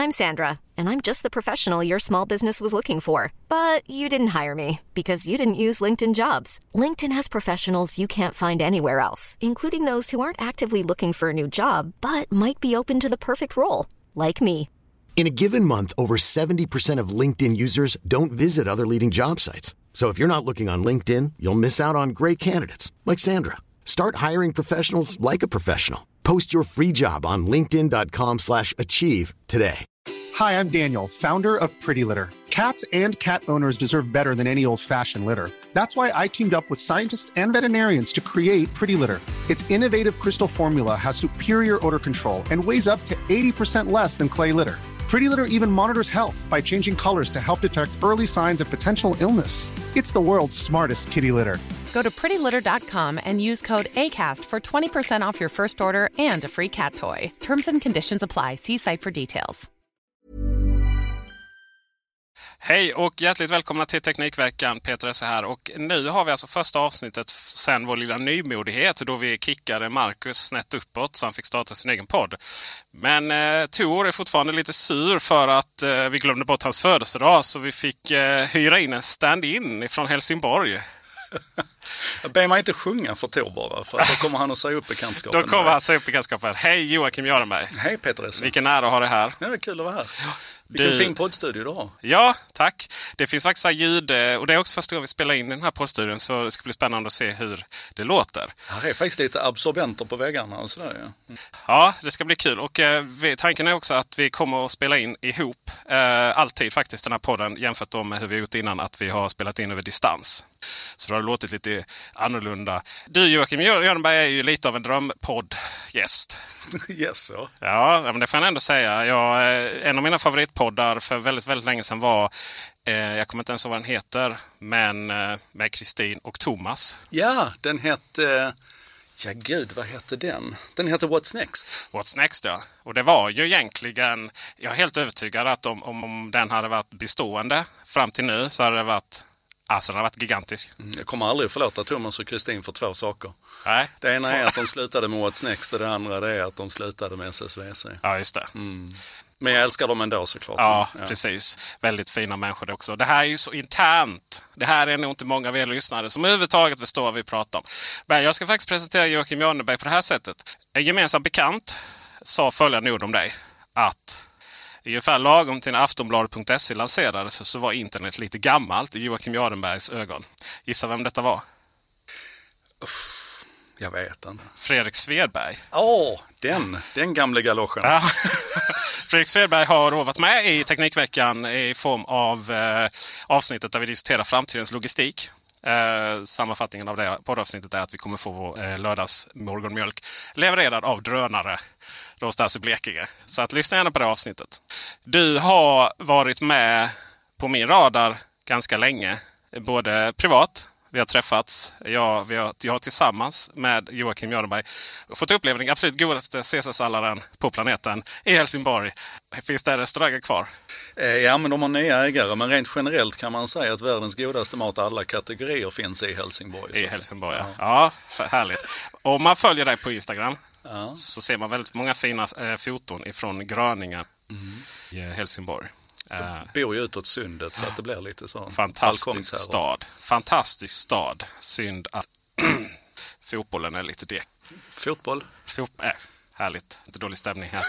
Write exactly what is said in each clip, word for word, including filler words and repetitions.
I'm Sandra, and I'm just the professional your small business was looking for. But you didn't hire me because you didn't use LinkedIn Jobs. LinkedIn has professionals you can't find anywhere else, including those who aren't actively looking for a new job, but might be open to the perfect role, like me. In a given month, over seventy percent of LinkedIn users don't visit other leading job sites. So if you're not looking on LinkedIn, you'll miss out on great candidates like Sandra. Start hiring professionals like a professional. Post your free job on linkedin dot com slash achieve today. Hi, I'm Daniel, founder of Pretty Litter. Cats and cat owners deserve better than any old-fashioned litter. That's why I teamed up with scientists and veterinarians to create Pretty Litter. Its innovative crystal formula has superior odor control and weighs up to eighty percent less than clay litter. Pretty Litter even monitors health by changing colors to help detect early signs of potential illness. It's the world's smartest kitty litter. Go to pretty litter dot com and use code ACAST for twenty percent off your first order and a free cat toy. Terms and conditions apply. See site for details. Hej och hjärtligt välkomna till Teknikveckan. Peter Esse här, och nu har vi alltså första avsnittet sen vår lilla nymodighet då vi kickade Marcus snett uppåt så han fick starta sin egen podd. Men eh, Tor är fortfarande lite sur för att eh, vi glömde bort hans födelsedag, så vi fick eh, hyra in en stand-in från Helsingborg. Jag ber mig inte sjunga för Tor bara, för då kommer han att säga upp bekantskapen. Då kommer han säga upp bekantskapen. Hej Joakim Görenberg. Hej Peter Esse. Vilken ära att ha dig här. Ja, det är kul att vara här. Vilken du... fin poddstudio du har. Ja, tack. Det finns faktiskt ljud, och det är också första gången vi spelar in den här poddstudion, så det ska bli spännande att se hur det låter. Ja, det är faktiskt lite absorbenter på väggarna och sådär. Ja, mm. Ja, det ska bli kul. Och eh, vi, tanken är också att vi kommer att spela in ihop eh, alltid faktiskt den här podden, jämfört med hur vi har gjort innan, att vi har spelat in över distans. Så det har låtit lite annorlunda. Du Joakim Görenberg är ju lite av en drömpodd-gäst. Yes, ja. Ja, men det får jag ändå säga. Jag, en av mina favoritpoddar för väldigt, väldigt länge sedan var, eh, jag kommer inte ens ihåg vad den heter, men eh, med Kristin och Thomas. Ja, den hette... Ja gud, vad hette den? Den heter What's Next. What's Next, ja. Och det var ju egentligen, jag är helt övertygad att om, om, om den hade varit bestående fram till nu så hade det varit, alltså den hade varit gigantisk. Mm, jag kommer aldrig förlåta Thomas och Kristin för två saker. Nej. Det ena är att de slutade med What's Next, och det andra det är att de slutade med S S V C. Ja, just det. Mm. Men jag älskar dem ändå såklart. Ja, ja, precis. Väldigt fina människor också. Det här är ju så internt. Det här är nog inte många av er lyssnare som överhuvudtaget förstår vad vi pratar om. Men jag ska faktiskt presentera Joakim Görenberg på det här sättet. En gemensam bekant sa följande ord om dig. Att ungefär lagom till när aftonbladet punkt se lanserades så var internet lite gammalt i Joakim Görenbergs ögon. Gissa vem detta var? Uff. Jag vet inte. Fredrik Svedberg. Åh, oh, den, den gamla galoschen. Ja. Fredrik Svedberg har varit med i Teknikveckan i form av eh, avsnittet där vi diskuterar framtidens logistik. Eh, sammanfattningen av det poddavsnittet är att vi kommer få vår eh, lördags morgonmjölk levererad av drönare någonstans i Blekinge. Så att lyssna gärna på det avsnittet. Du har varit med på min radar ganska länge, både privat. Vi har träffats, jag, vi har, jag har tillsammans med Joakim Görenberg fått uppleva den absolut godaste caesarsalladen på planeten i Helsingborg. Finns det restauranger kvar? Ja, men de har nya ägare, men rent generellt kan man säga att världens godaste mat alla kategorier finns i Helsingborg. I Helsingborg, ja. Ja, härligt. Om man följer dig på Instagram ja. så ser man väldigt många fina eh, foton ifrån Gröningen mm. i Helsingborg. Jag bor ju utåt sundet så att det blir lite så. Fantastisk stad. Fantastisk stad. Synd att fotbollen är lite dek. Fotboll? Fot- äh, härligt. Inte dålig stämning här.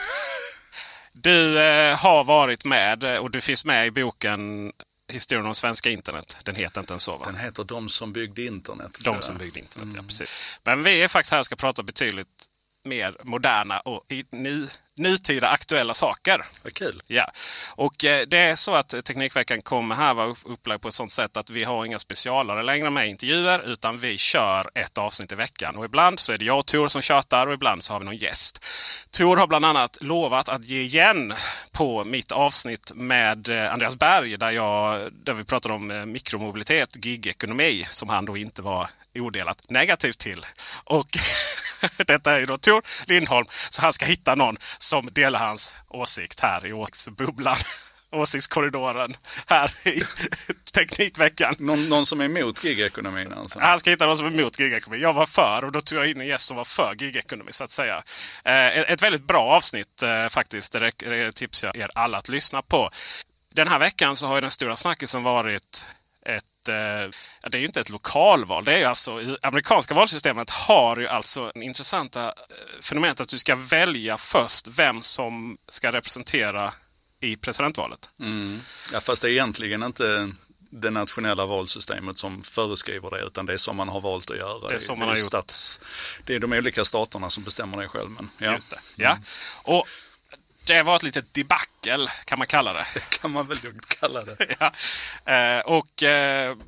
Du eh, har varit med och du finns med i boken Historien om svenska internet. Den heter inte ens så, va? Den heter De som byggde internet. De som byggde internet, mm. ja precis. Men vi är faktiskt här och ska prata betydligt mer moderna och i ny, nutida aktuella saker. Vad kul. Ja. Och eh, det är så att Teknikveckan kommer här vara upplagd på ett sånt sätt att vi har inga specialare längre med intervjuer, utan vi kör ett avsnitt i veckan. Och ibland så är det jag och Tor som tjatar och ibland så har vi någon gäst. Tor har bland annat lovat att ge igen på mitt avsnitt med eh, Andreas Berg där, jag, där vi pratade om eh, mikromobilitet, gigekonomi, som han då inte var odelat negativ till. Och detta är ju då Tor Lindholm, så han ska hitta någon som delar hans åsikt här i åsiktsbubblan. åsiktskorridoren här i Teknikveckan. Någon, någon som är emot gigekonomin alltså? Han ska hitta någon som är emot gigekonomi. Jag var för, och då tog jag in en gäst som var för gigekonomi, så att säga. Eh, ett väldigt bra avsnitt eh, faktiskt. Det, det tipsar jag er alla att lyssna på. Den här veckan så har ju den stora snackisen varit ett, eh, det är ju inte ett lokalval. Det är ju alltså, i amerikanska valsystemet har ju alltså en intressanta fenomenet att du ska välja först vem som ska representera i presidentvalet. Mm. Ja, fast det är egentligen inte det nationella valsystemet som föreskriver det, utan det är som man har valt att göra. Det är, som man det är, har stats, det är de olika staterna som bestämmer det själv. Men, ja. Just det. Ja. Och det var ett litet debacle, kan man kalla det. Det kan man väl kalla det. Ja. Eh, och eh,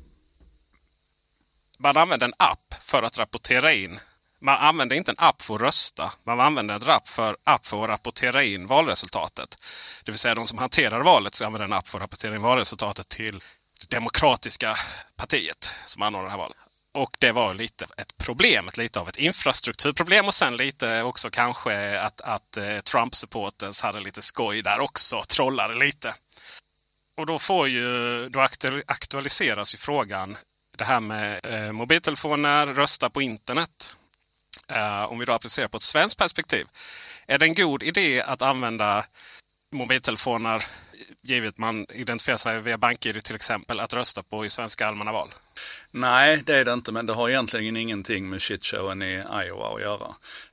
man använder en app för att rapportera in. Man använder inte en app för att rösta. Man använder en app för, app för att rapportera in valresultatet. Det vill säga de som hanterar valet ska använda en app för att rapportera in valresultatet till det demokratiska partiet som anordnar det här valet. Och det var lite ett problem, ett lite av ett infrastrukturproblem, och sen lite också kanske att, att eh, Trump-supporters hade lite skoj där också, trollade lite. Och då får ju, då aktualiseras ju frågan, det här med eh, mobiltelefoner, rösta på internet. Eh, om vi då applicerar på ett svenskt perspektiv. Är det en god idé att använda mobiltelefoner, givet man identifierar sig via BankID till exempel, att rösta på i svenska allmänna val? Nej, det är det inte, men det har egentligen ingenting med shitshowen i Iowa att göra.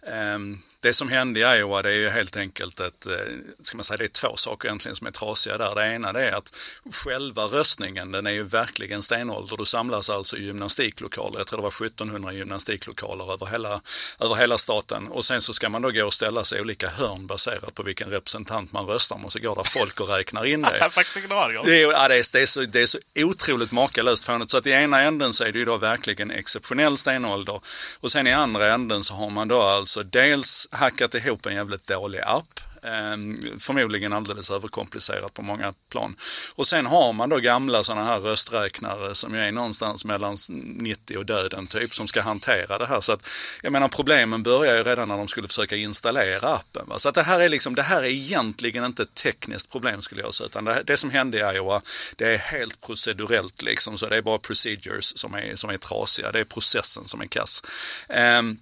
Det som hände i Iowa, det är ju helt enkelt att, ska man säga, det är två saker egentligen som är trasiga där. Det ena det är att själva röstningen, den är ju verkligen stenålder. Du samlas alltså i gymnastiklokaler, jag tror det var sjuttonhundra gymnastiklokaler över hela, över hela staten. Och sen så ska man då gå och ställa sig i olika hörn baserat på vilken representant man röstar med, så går där folk och räknar in det. Jag har faktiskt ingen aning om. Det är, ja, det är, det är, så, det är så otroligt makalöst fånigt, så att i ena änden så är det ju då verkligen exceptionell stenålder. Och sen i andra änden så har man då alltså dels hackat ihop en jävligt dålig app. Förmodligen alldeles överkomplicerat på många plan. Och sen har man då gamla sådana här rösträknare som är någonstans mellan nittio och döden typ, som ska hantera det här. Så att, jag menar, problemen börjar ju redan när de skulle försöka installera appen. Va? Så att det här är liksom, det här är egentligen inte ett tekniskt problem skulle jag säga, utan det, det som hände i Iowa, det är helt procedurellt liksom, så det är bara procedures som är, som är trasiga, det är processen som är kass. Um,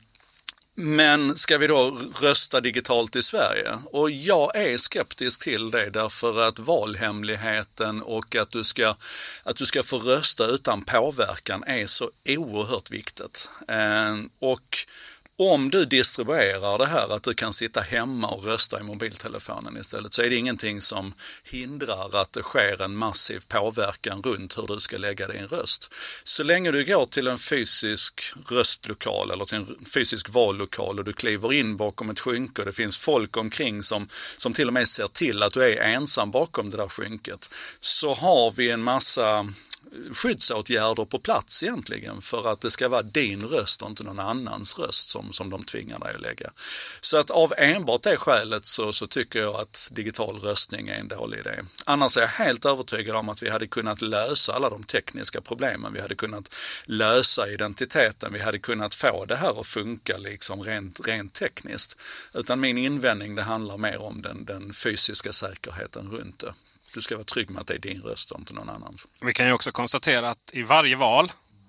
Men ska vi då rösta digitalt i Sverige? Och jag är skeptisk till det, därför att valhemligheten och att du ska, att du ska få rösta utan påverkan är så oerhört viktigt. Eh, och om du distribuerar det här, att du kan sitta hemma och rösta i mobiltelefonen istället, så är det ingenting som hindrar att det sker en massiv påverkan runt hur du ska lägga din röst. Så länge du går till en fysisk röstlokal eller till en fysisk vallokal och du kliver in bakom ett skynke och det finns folk omkring som, som till och med ser till att du är ensam bakom det där skynket, så har vi en massa skyddsåtgärder på plats egentligen för att det ska vara din röst och inte någon annans röst som, som de tvingar dig att lägga. Så att av enbart det skälet så, så tycker jag att digital röstning är en dålig idé. Annars är jag helt övertygad om att vi hade kunnat lösa alla de tekniska problemen. Vi hade kunnat lösa identiteten. Vi hade kunnat få det här att funka liksom rent, rent tekniskt. Utan min invändning, det handlar mer om den, den fysiska säkerheten runt det. Du ska vara trygg med att det är din röst och inte någon annans. Vi kan ju också konstatera att i varje val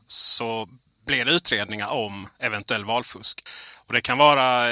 så blir det utredningar om eventuell valfusk. Och det kan vara,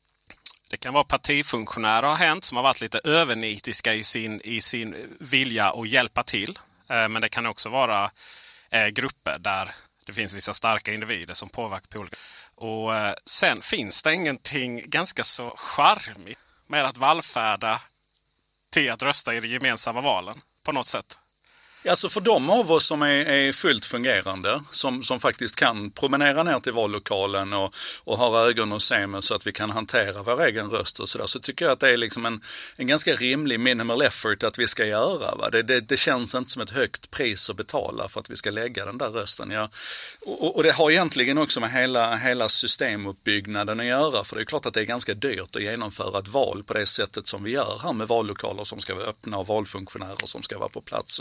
det kan vara partifunktionärer har hänt som har varit lite övernitiska i sin, i sin vilja att hjälpa till. Men det kan också vara grupper där det finns vissa starka individer som påverkar på olika. Och sen finns det ingenting ganska så charmigt med att vallfärda till att rösta i de gemensamma valen på något sätt. Alltså för de av oss som är, är fullt fungerande, som, som faktiskt kan promenera ner till vallokalen och, och ha ögon och se med så att vi kan hantera vår egen röst och sådär, så tycker jag att det är liksom en, en ganska rimlig minimal effort att vi ska göra. Va? Det, det, det känns inte som ett högt pris att betala för att vi ska lägga den där rösten. Ja, och, och det har egentligen också med hela, hela systemuppbyggnaden att göra, för det är klart att det är ganska dyrt att genomföra ett val på det sättet som vi gör här med vallokaler som ska vara öppna och valfunktionärer som ska vara på plats och sådär.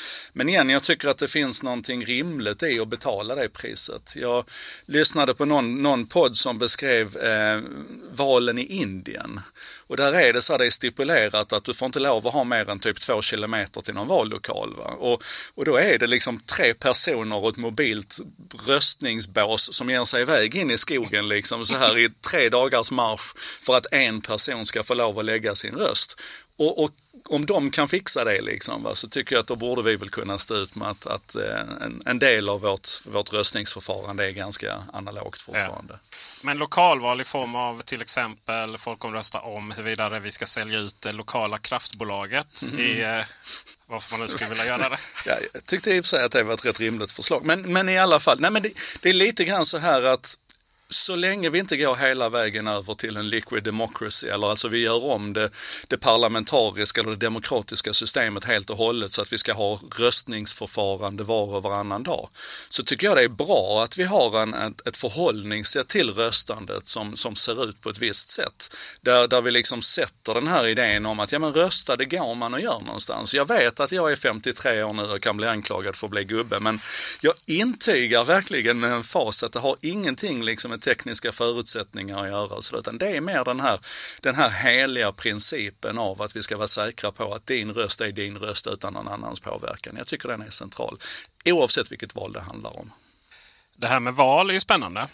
Men igen, jag tycker att det finns någonting rimligt i att betala det priset. Jag lyssnade på någon, någon podd som beskrev eh, valen i Indien. Och där är det så här, det är stipulerat att du får inte lov att ha mer än typ två kilometer till någon vallokal. Va? Och, och då är det liksom tre personer och ett mobilt röstningsbås som ger sig iväg in i skogen liksom så här i tre dagars marsch för att en person ska få lov att lägga sin röst. Och, och om de kan fixa det liksom, va, så tycker jag att då borde vi väl kunna stå ut med att, att en, en del av vårt, vårt röstningsförfarande är ganska analogt fortfarande. Ja. Men lokalval i form av till exempel folkomrösta om huruvida vi ska sälja ut det lokala kraftbolaget mm. i eh, varför man nu skulle vilja göra det. Ja, jag tyckte i och för sig att det var ett rätt rimligt förslag. Men, men i alla fall, nej, men det, det är lite grann så här att så länge vi inte går hela vägen över till en liquid democracy, eller alltså vi gör om det, det parlamentariska eller det demokratiska systemet helt och hållet så att vi ska ha röstningsförfarande var och varannan dag, så tycker jag det är bra att vi har en, ett, ett förhållningssätt till röstandet som, som ser ut på ett visst sätt. Där, där vi liksom sätter den här idén om att ja, men rösta, det går man och gör någonstans. Jag vet att jag är femtiotre år nu och kan bli anklagad för att bli gubbe, men jag intygar verkligen med en fas att det har ingenting liksom med tekniska förutsättningar att göra, så utan det är mer den här, den här heliga principen av att vi ska vara säkra på att din röst är din röst utan någon annans påverkan. Jag tycker den är central, oavsett vilket val det handlar om. Det här med val är ju spännande.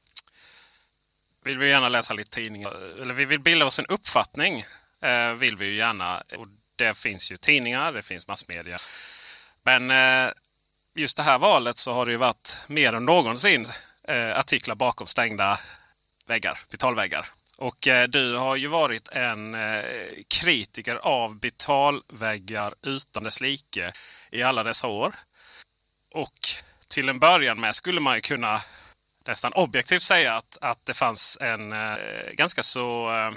Vill vi gärna läsa lite tidningar, eller vi vill bilda oss en uppfattning, eh, vill vi ju gärna, och det finns ju tidningar, det finns massmedia. Men eh, just det här valet så har det ju varit mer än någonsin Eh, artiklar bakom stängda väggar, betalväggar. Och eh, du har ju varit en eh, kritiker av betalväggar utan dess like i alla dessa år. Och till en början med skulle man ju kunna nästan objektivt säga att, att det fanns en eh, ganska så... Eh,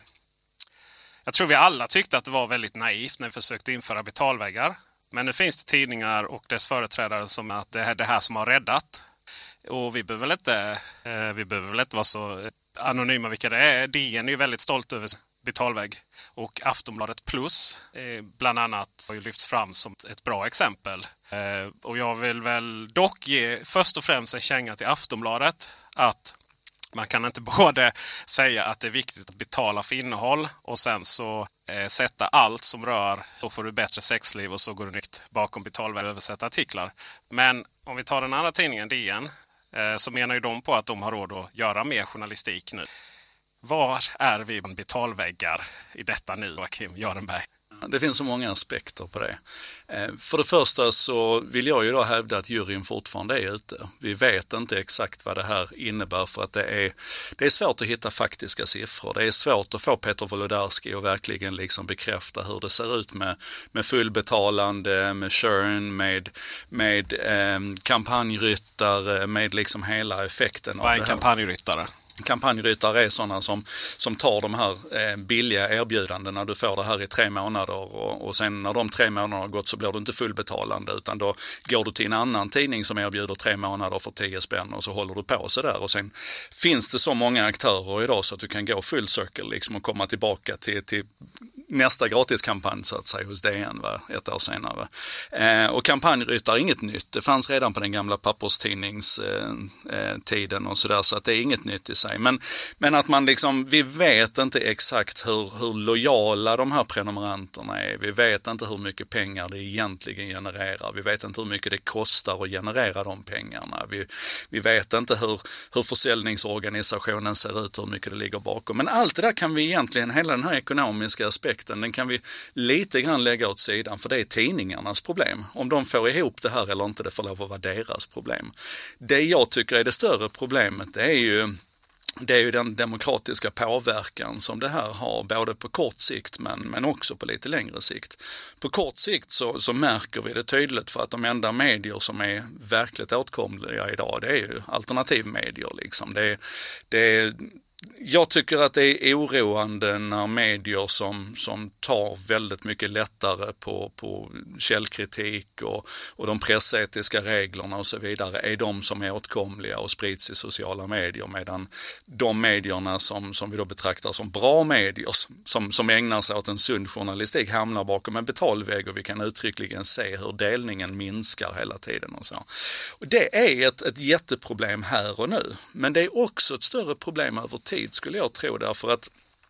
jag tror vi alla tyckte att det var väldigt naivt när vi försökte införa betalväggar. Men nu finns det tidningar och dess företrädare som att det är det här som har räddat. Och vi behöver väl inte, eh, vi behöver väl inte vara så anonyma vilka det är. D N är ju väldigt stolt över betalvägg. Och Aftonbladet Plus eh, bland annat har ju lyfts fram som ett bra exempel. Eh, och jag vill väl dock ge först och främst en känga till Aftonbladet att man kan inte både säga att det är viktigt att betala för innehåll och sen så eh, sätta allt som rör, då får du bättre sexliv och så går du nytt bakom betalvägg och översätta artiklar. Men om vi tar den andra tidningen D N eh, så menar ju de på att de har råd att göra mer journalistik nu. Var är vi med betalväggar i detta nu, Joakim Jardenberg? Det finns så många aspekter på det. För det första så vill jag ju då hävda att juryn fortfarande är ute. Vi vet inte exakt vad det här innebär för att det är, det är svårt att hitta faktiska siffror. Det är svårt att få Peter Wolodarski att verkligen liksom bekräfta hur det ser ut med, med fullbetalande, med churn, med, med eh, kampanjryttare, med liksom hela effekten av det här. Vad är en kampanjryttare? Kampanjryttare är sådana som, som tar de här eh, billiga erbjudandena. Du får det här i tre månader och, och sen när de tre månaderna har gått så blir du inte fullbetalande utan då går du till en annan tidning som erbjuder tre månader för tio spänn och så håller du på så där. Och sen finns det så många aktörer idag så att du kan gå full circle liksom och komma tillbaka till, till nästa gratiskampanj så att säga hos D N va, ett år senare. Eh, och kampanjryttare är inget nytt. Det fanns redan på den gamla papperstidningstiden eh, och sådär så att det är inget nytt i sig. Men, men att man liksom, vi vet inte exakt hur, hur lojala de här prenumeranterna är. Vi vet inte hur mycket pengar det egentligen genererar. Vi vet inte hur mycket det kostar att generera de pengarna. Vi, vi vet inte hur, hur försäljningsorganisationen ser ut, hur mycket det ligger bakom. Men allt det där kan vi egentligen, hela den här ekonomiska aspekten, den kan vi lite grann lägga åt sidan för det är tidningarnas problem. Om de får ihop det här eller inte, det får lov att vara deras problem. Det jag tycker är det större problemet, det är ju Det är ju den demokratiska påverkan som det här har, både på kort sikt men, men också på lite längre sikt. På kort sikt så, så märker vi det tydligt för att de enda medier som är verkligt åtkomliga idag, det är ju alternativmedier. Liksom. Det, är, det, är, Jag tycker att det är oroande när medier som, som tar väldigt mycket lättare på, på källkritik och, och de pressetiska reglerna och så vidare är de som är åtkomliga och sprids i sociala medier, medan de medierna som, som vi då betraktar som bra medier, som, som ägnar sig åt en sund journalistik, hamnar bakom en betalvägg och vi kan uttryckligen se hur delningen minskar hela tiden och så. Och det är ett, ett jätteproblem här och nu, men det är också ett större problem över tid skulle jag tro, därför att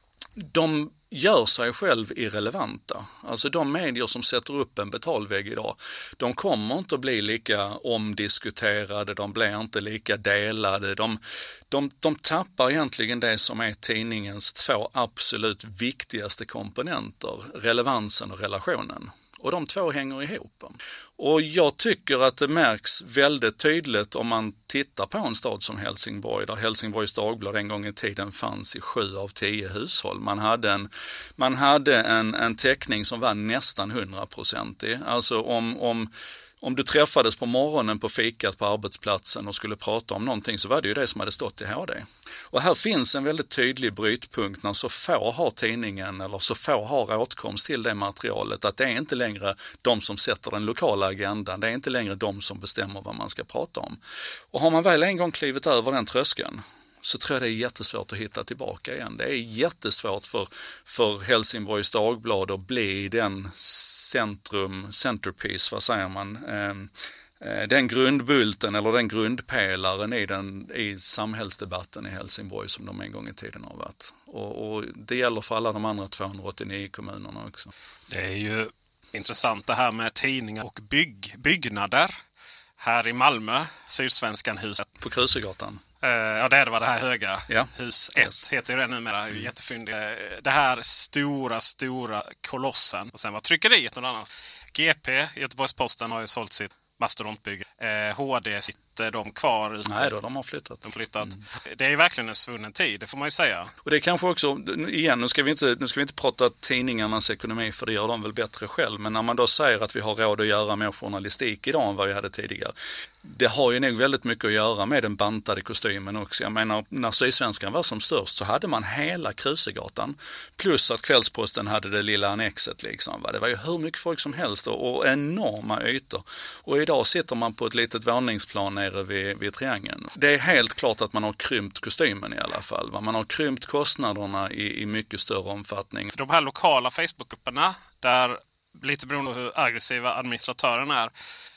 de gör sig själv irrelevanta. Alltså de medier som sätter upp en betalvägg idag, de kommer inte att bli lika omdiskuterade, de blir inte lika delade. De, de, de tappar egentligen det som är tidningens två absolut viktigaste komponenter, relevansen och relationen. Och de två hänger ihop. Och jag tycker att det märks väldigt tydligt om man tittar på en stad som Helsingborg, där Helsingborgs Dagblad en gång i tiden fanns i sju av tio hushåll. Man hade en, man hade en, en täckning som var nästan hundraprocentig. Alltså om... om Om du träffades på morgonen på fikat på arbetsplatsen och skulle prata om någonting, så var det ju det som hade stått i H D. Och här finns en väldigt tydlig brytpunkt när så få har tidningen eller så få har åtkomst till det materialet, att det är inte längre de som sätter den lokala agendan, det är inte längre de som bestämmer vad man ska prata om. Och har man väl en gång klivit över den tröskeln, så tror jag det är jättesvårt att hitta tillbaka igen. Det är jättesvårt för, för Helsingborgs Dagblad att bli den centrum, centerpiece, vad säger man, eh, den grundbulten eller den grundpelaren i, den, i samhällsdebatten i Helsingborg som de en gång i tiden har varit. Och, och det gäller för alla de andra tvåhundraåttionio kommunerna också. Det är ju intressant det här med tidningar och bygg, byggnader. Här i Malmö, Sydsvenskan-huset. På Krusegatan. Ja, det är det var det här höga. Ja. Hus ett Yes. heter det numera. Mm. Jättefyndigt. Det här stora, stora kolossen. Och sen var tryckeriet någon annans. G P, Göteborgs-Posten, har ju sålt sitt mastodontbygge. Eh, H D sitter de kvar ute. Nej då, de har flyttat. De flyttat. Mm. Det är verkligen en svunnen tid, det får man ju säga. Och det är kanske också, igen, nu ska vi inte, nu ska vi inte prata tidningarnas ekonomi, för det gör de väl bättre själv. Men när man då säger att vi har råd att göra mer journalistik idag än vad vi hade tidigare, det har ju nog väldigt mycket att göra med den bantade kostymen också. Jag menar, när Sydsvenskan var som störst så hade man hela Krusegatan, plus att Kvällsposten hade det lilla annexet liksom. Va? Det var ju hur mycket folk som helst och, och enorma ytor. Och idag sitter man på ett litet våningsplan nere vid, vid Triangeln. Det är helt klart att man har krympt kostymen i alla fall. Va? Man har krympt kostnaderna i, i mycket större omfattning. De här lokala Facebookgrupperna, där lite beroende på hur aggressiva administratören är,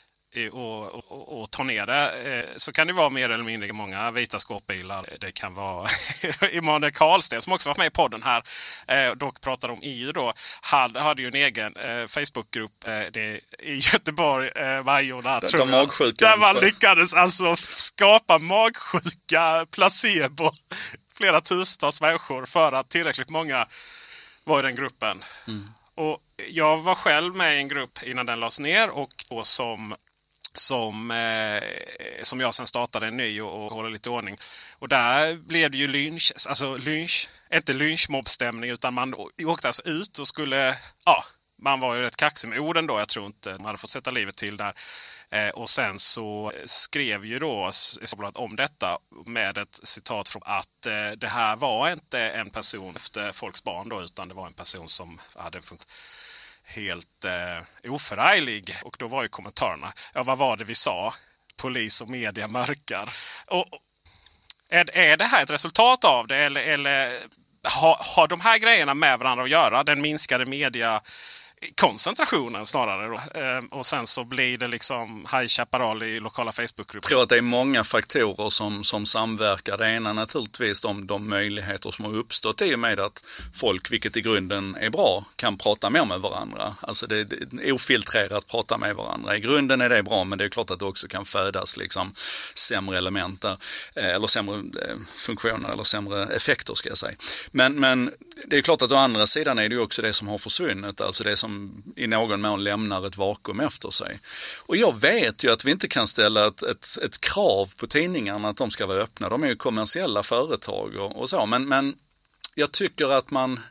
Och, och, och ta ner det, så kan det vara mer eller mindre många vita skåpbilar. Det kan vara Emanuel Karlsten som också varit med i podden här, eh, dock pratar om E U då. Han hade ju en egen eh, Facebookgrupp eh, det, i Göteborg, eh, Majorna, tror de jag. Där man lyckades alltså skapa magsjuka placebo flera tusentals människor för att tillräckligt många var i den gruppen. Mm. Och jag var själv med i en grupp innan den lades ner, och då som Som, eh, som jag sen startade en ny och, och håller lite ordning. Och där blev det ju lynch, alltså lynch, inte lynchmobbstämning, utan man åkte alltså ut och skulle, ja, man var ju rätt kaxig med orden då, jag tror inte man hade fått sätta livet till där. Eh, och sen så skrev ju då om detta med ett citat från att eh, det här var inte en person efter folks barn då, utan det var en person som hade en funktion helt eh, oförarglig. Och då var ju kommentarerna, ja, vad var det vi sa? Polis och media mörkar. Och, är, är det här ett resultat av det? Eller, eller har, har de här grejerna med varandra att göra? Den minskade media koncentrationen snarare då. Ehm, och sen så blir det liksom High Chaparral i lokala Facebookgrupper. Jag tror att det är många faktorer som, som samverkar. Det ena naturligtvis de, de möjligheter som har uppstått i och med att folk, vilket i grunden är bra, kan prata mer med varandra. Alltså det är ofiltrerat prata med varandra. I grunden är det bra, men det är klart att det också kan födas liksom sämre element där, eller sämre funktioner eller sämre effekter ska jag säga. Men, men det är klart att å andra sidan är det ju också det som har försvunnit, alltså det som i någon mån lämnar ett vakuum efter sig. Och jag vet ju att vi inte kan ställa ett, ett, ett krav på tidningarna att de ska vara öppna. De är ju kommersiella företag och, och så, men, men jag tycker att man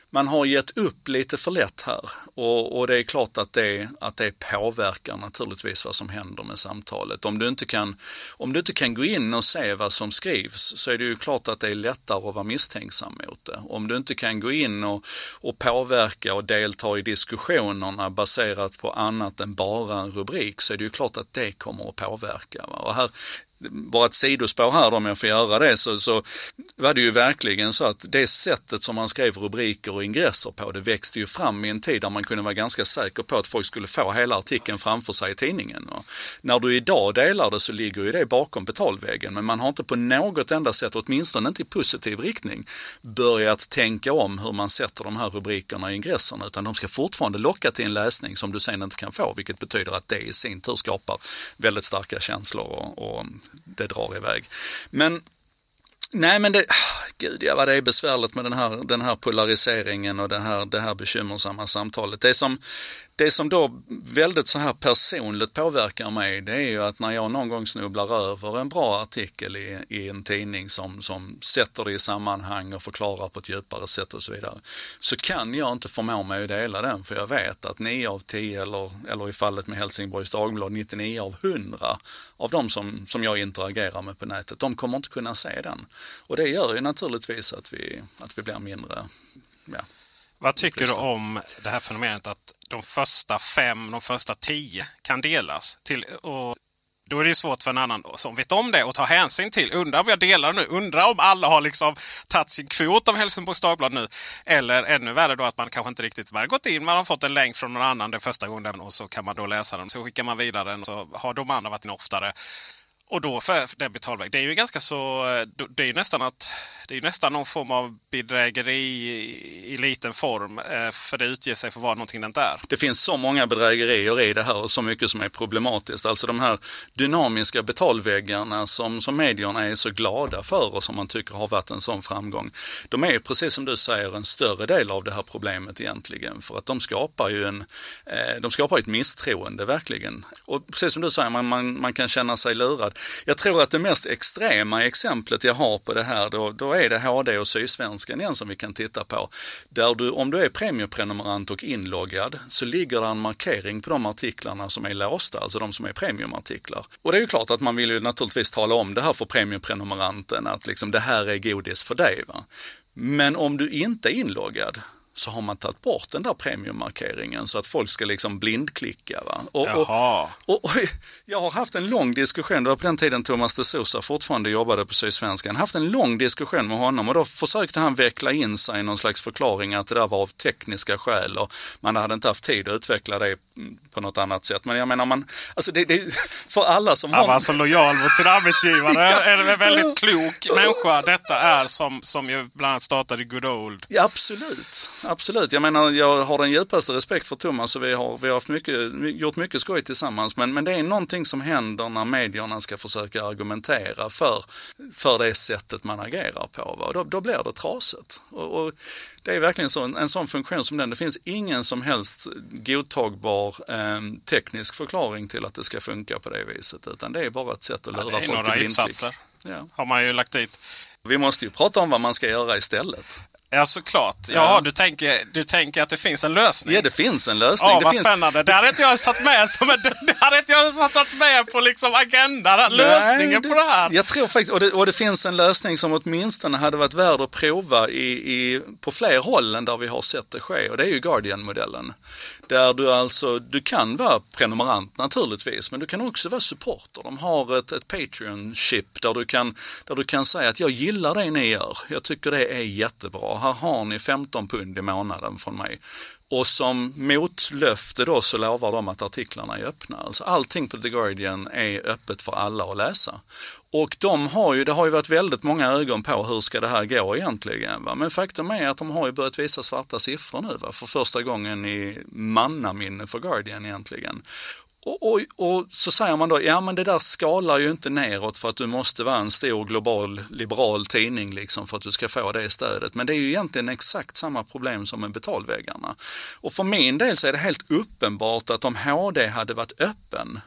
man har gett upp lite för lätt här och, och det är klart att det, att det påverkar naturligtvis vad som händer med samtalet. Om du, inte kan, om du inte kan gå in och se vad som skrivs så är det ju klart att det är lättare att vara misstänksam mot det. Om du inte kan gå in och, och påverka och delta i diskussionerna baserat på annat än bara en rubrik så är det ju klart att det kommer att påverka. Va? Och här, bara ett sidospår här då, om jag får göra det, så, så var det ju verkligen så att det sättet som man skrev rubriker och ingresser på, det växte ju fram i en tid där man kunde vara ganska säker på att folk skulle få hela artikeln framför sig i tidningen. Och när du idag delar det så ligger ju det bakom betalväggen, men man har inte på något enda sätt, åtminstone inte i positiv riktning, börjat tänka om hur man sätter de här rubrikerna i ingresserna, utan de ska fortfarande locka till en läsning som du sen inte kan få, vilket betyder att det i sin tur skapar väldigt starka känslor och, och det drar iväg. Men nej, men det, gud, ja, vad det är besvärligt med den här, den här polariseringen och det här, det här bekymmersamma samtalet. Det som, det som då väldigt så här personligt påverkar mig, det är ju att när jag någon gång snubblar över en bra artikel i, i en tidning som, som sätter det i sammanhang och förklarar på ett djupare sätt och så vidare, så kan jag inte förmå mig att dela den, för jag vet att nio av tio eller, eller i fallet med Helsingborgs Dagblad nittionio av hundra av de som, som jag interagerar med på nätet, de kommer inte kunna se den. Och det gör ju naturligtvis att vi, att vi blir mindre... Ja, vad tycker du om det här fenomenet att de första fem, de första tio kan delas till, och då är det svårt för en annan som vet om det och ta hänsyn till. Undrar om jag delar nu, undrar om alla har liksom tagit sin kvot av Helsingborgs Dagblad nu, eller ännu värre då att man kanske inte riktigt har gått in, man har fått en länk från någon annan den första gången och så kan man då läsa den, så skickar man vidare den, så har de andra varit in oftare. Och då för den betalväg. Det är ju ganska så, det är ju nästan att det är nästan någon form av bedrägeri i, i liten form, för det utger sig för att vara någonting den där. Det finns så många bedrägerier i det här och så mycket som är problematiskt. Alltså de här dynamiska betalväggarna som, som medierna är så glada för och som man tycker har varit en sån framgång. De är precis som du säger en större del av det här problemet egentligen, för att de skapar ju en, eh, de skapar ett misstroende verkligen. Och precis som du säger, man, man, man kan känna sig lurad. Jag tror att det mest extrema exemplet jag har på det här, då, då är det H D och Sydsvenskan igen som vi kan titta på. Där du, om du är premiumprenumerant och inloggad, så ligger det en markering på de artiklarna som är låsta, alltså de som är premiumartiklar. Och det är ju klart att man vill ju naturligtvis tala om det här för premiumprenumeranten, att liksom det här är godis för dig, va? Men om du inte är inloggad, så har man tagit bort den där premiummarkeringen så att folk ska liksom blindklicka. Va? Och, och, och, och jag har haft en lång diskussion, det var på den tiden Thomas de Sousa fortfarande jobbade på Sydsvenskan, haft en lång diskussion med honom och då försökte han veckla in sig i någon slags förklaring att det där var av tekniska skäl och man hade inte haft tid att utveckla det på något annat sätt. Men jag menar, man, alltså det, det för alla som han har... var alltså lojal mot sin arbetsgivare. Ja. Är en väldigt klok människa detta är, som, som ju bland annat startade Good Old. Ja, absolut. Absolut. Jag menar, jag har den djupaste respekt för Thomas och vi har, vi har haft mycket, gjort mycket skoj tillsammans. Men, men det är någonting som händer när medierna ska försöka argumentera för, för det sättet man agerar på. Va? Och då, då blir det trasigt. Och, och det är verkligen så, en, en sån funktion som den. Det finns ingen som helst godtagbar eh, teknisk förklaring till att det ska funka på det viset. Utan det är bara ett sätt att lura ja, folk till blindklick. Ja. Har man ju lagt dit. Vi måste ju prata om vad man ska göra istället. Ja, såklart. Ja, ja. Du, tänker, du tänker att det finns en lösning. Ja, det finns en lösning. Ja, det vad finns... spännande. Det hade inte jag satt med som en, det hade inte jag satt med på liksom agendan. Lösningen Nej, det, på det här. Jag tror faktiskt, och det, och det finns en lösning som åtminstone hade varit värd att prova i, i, på fler håll än där vi har sett det ske. Och det är ju Guardian-modellen. Där du alltså, du kan vara prenumerant naturligtvis, men du kan också vara supporter. De har ett, ett Patreon-ship där du, kan, där du kan säga att jag gillar det ni gör. Jag tycker det är jättebra. Här har ni femton pund i månaden från mig. Och som motlöfte då så lovar de att artiklarna är öppna. Alltså allting på The Guardian är öppet för alla att läsa. Och de har ju, det har ju varit väldigt många ögon på hur ska det här gå egentligen. Va? Men faktum är att de har ju börjat visa svarta siffror nu, va? För första gången i mannaminne för Guardian egentligen. Och, och, och så säger man då, ja men det där skalar ju inte neråt för att du måste vara en stor global liberal tidning liksom för att du ska få det stödet. Men det är ju egentligen exakt samma problem som med betalväggarna. Och för min del så är det helt uppenbart att om H D hade varit öppen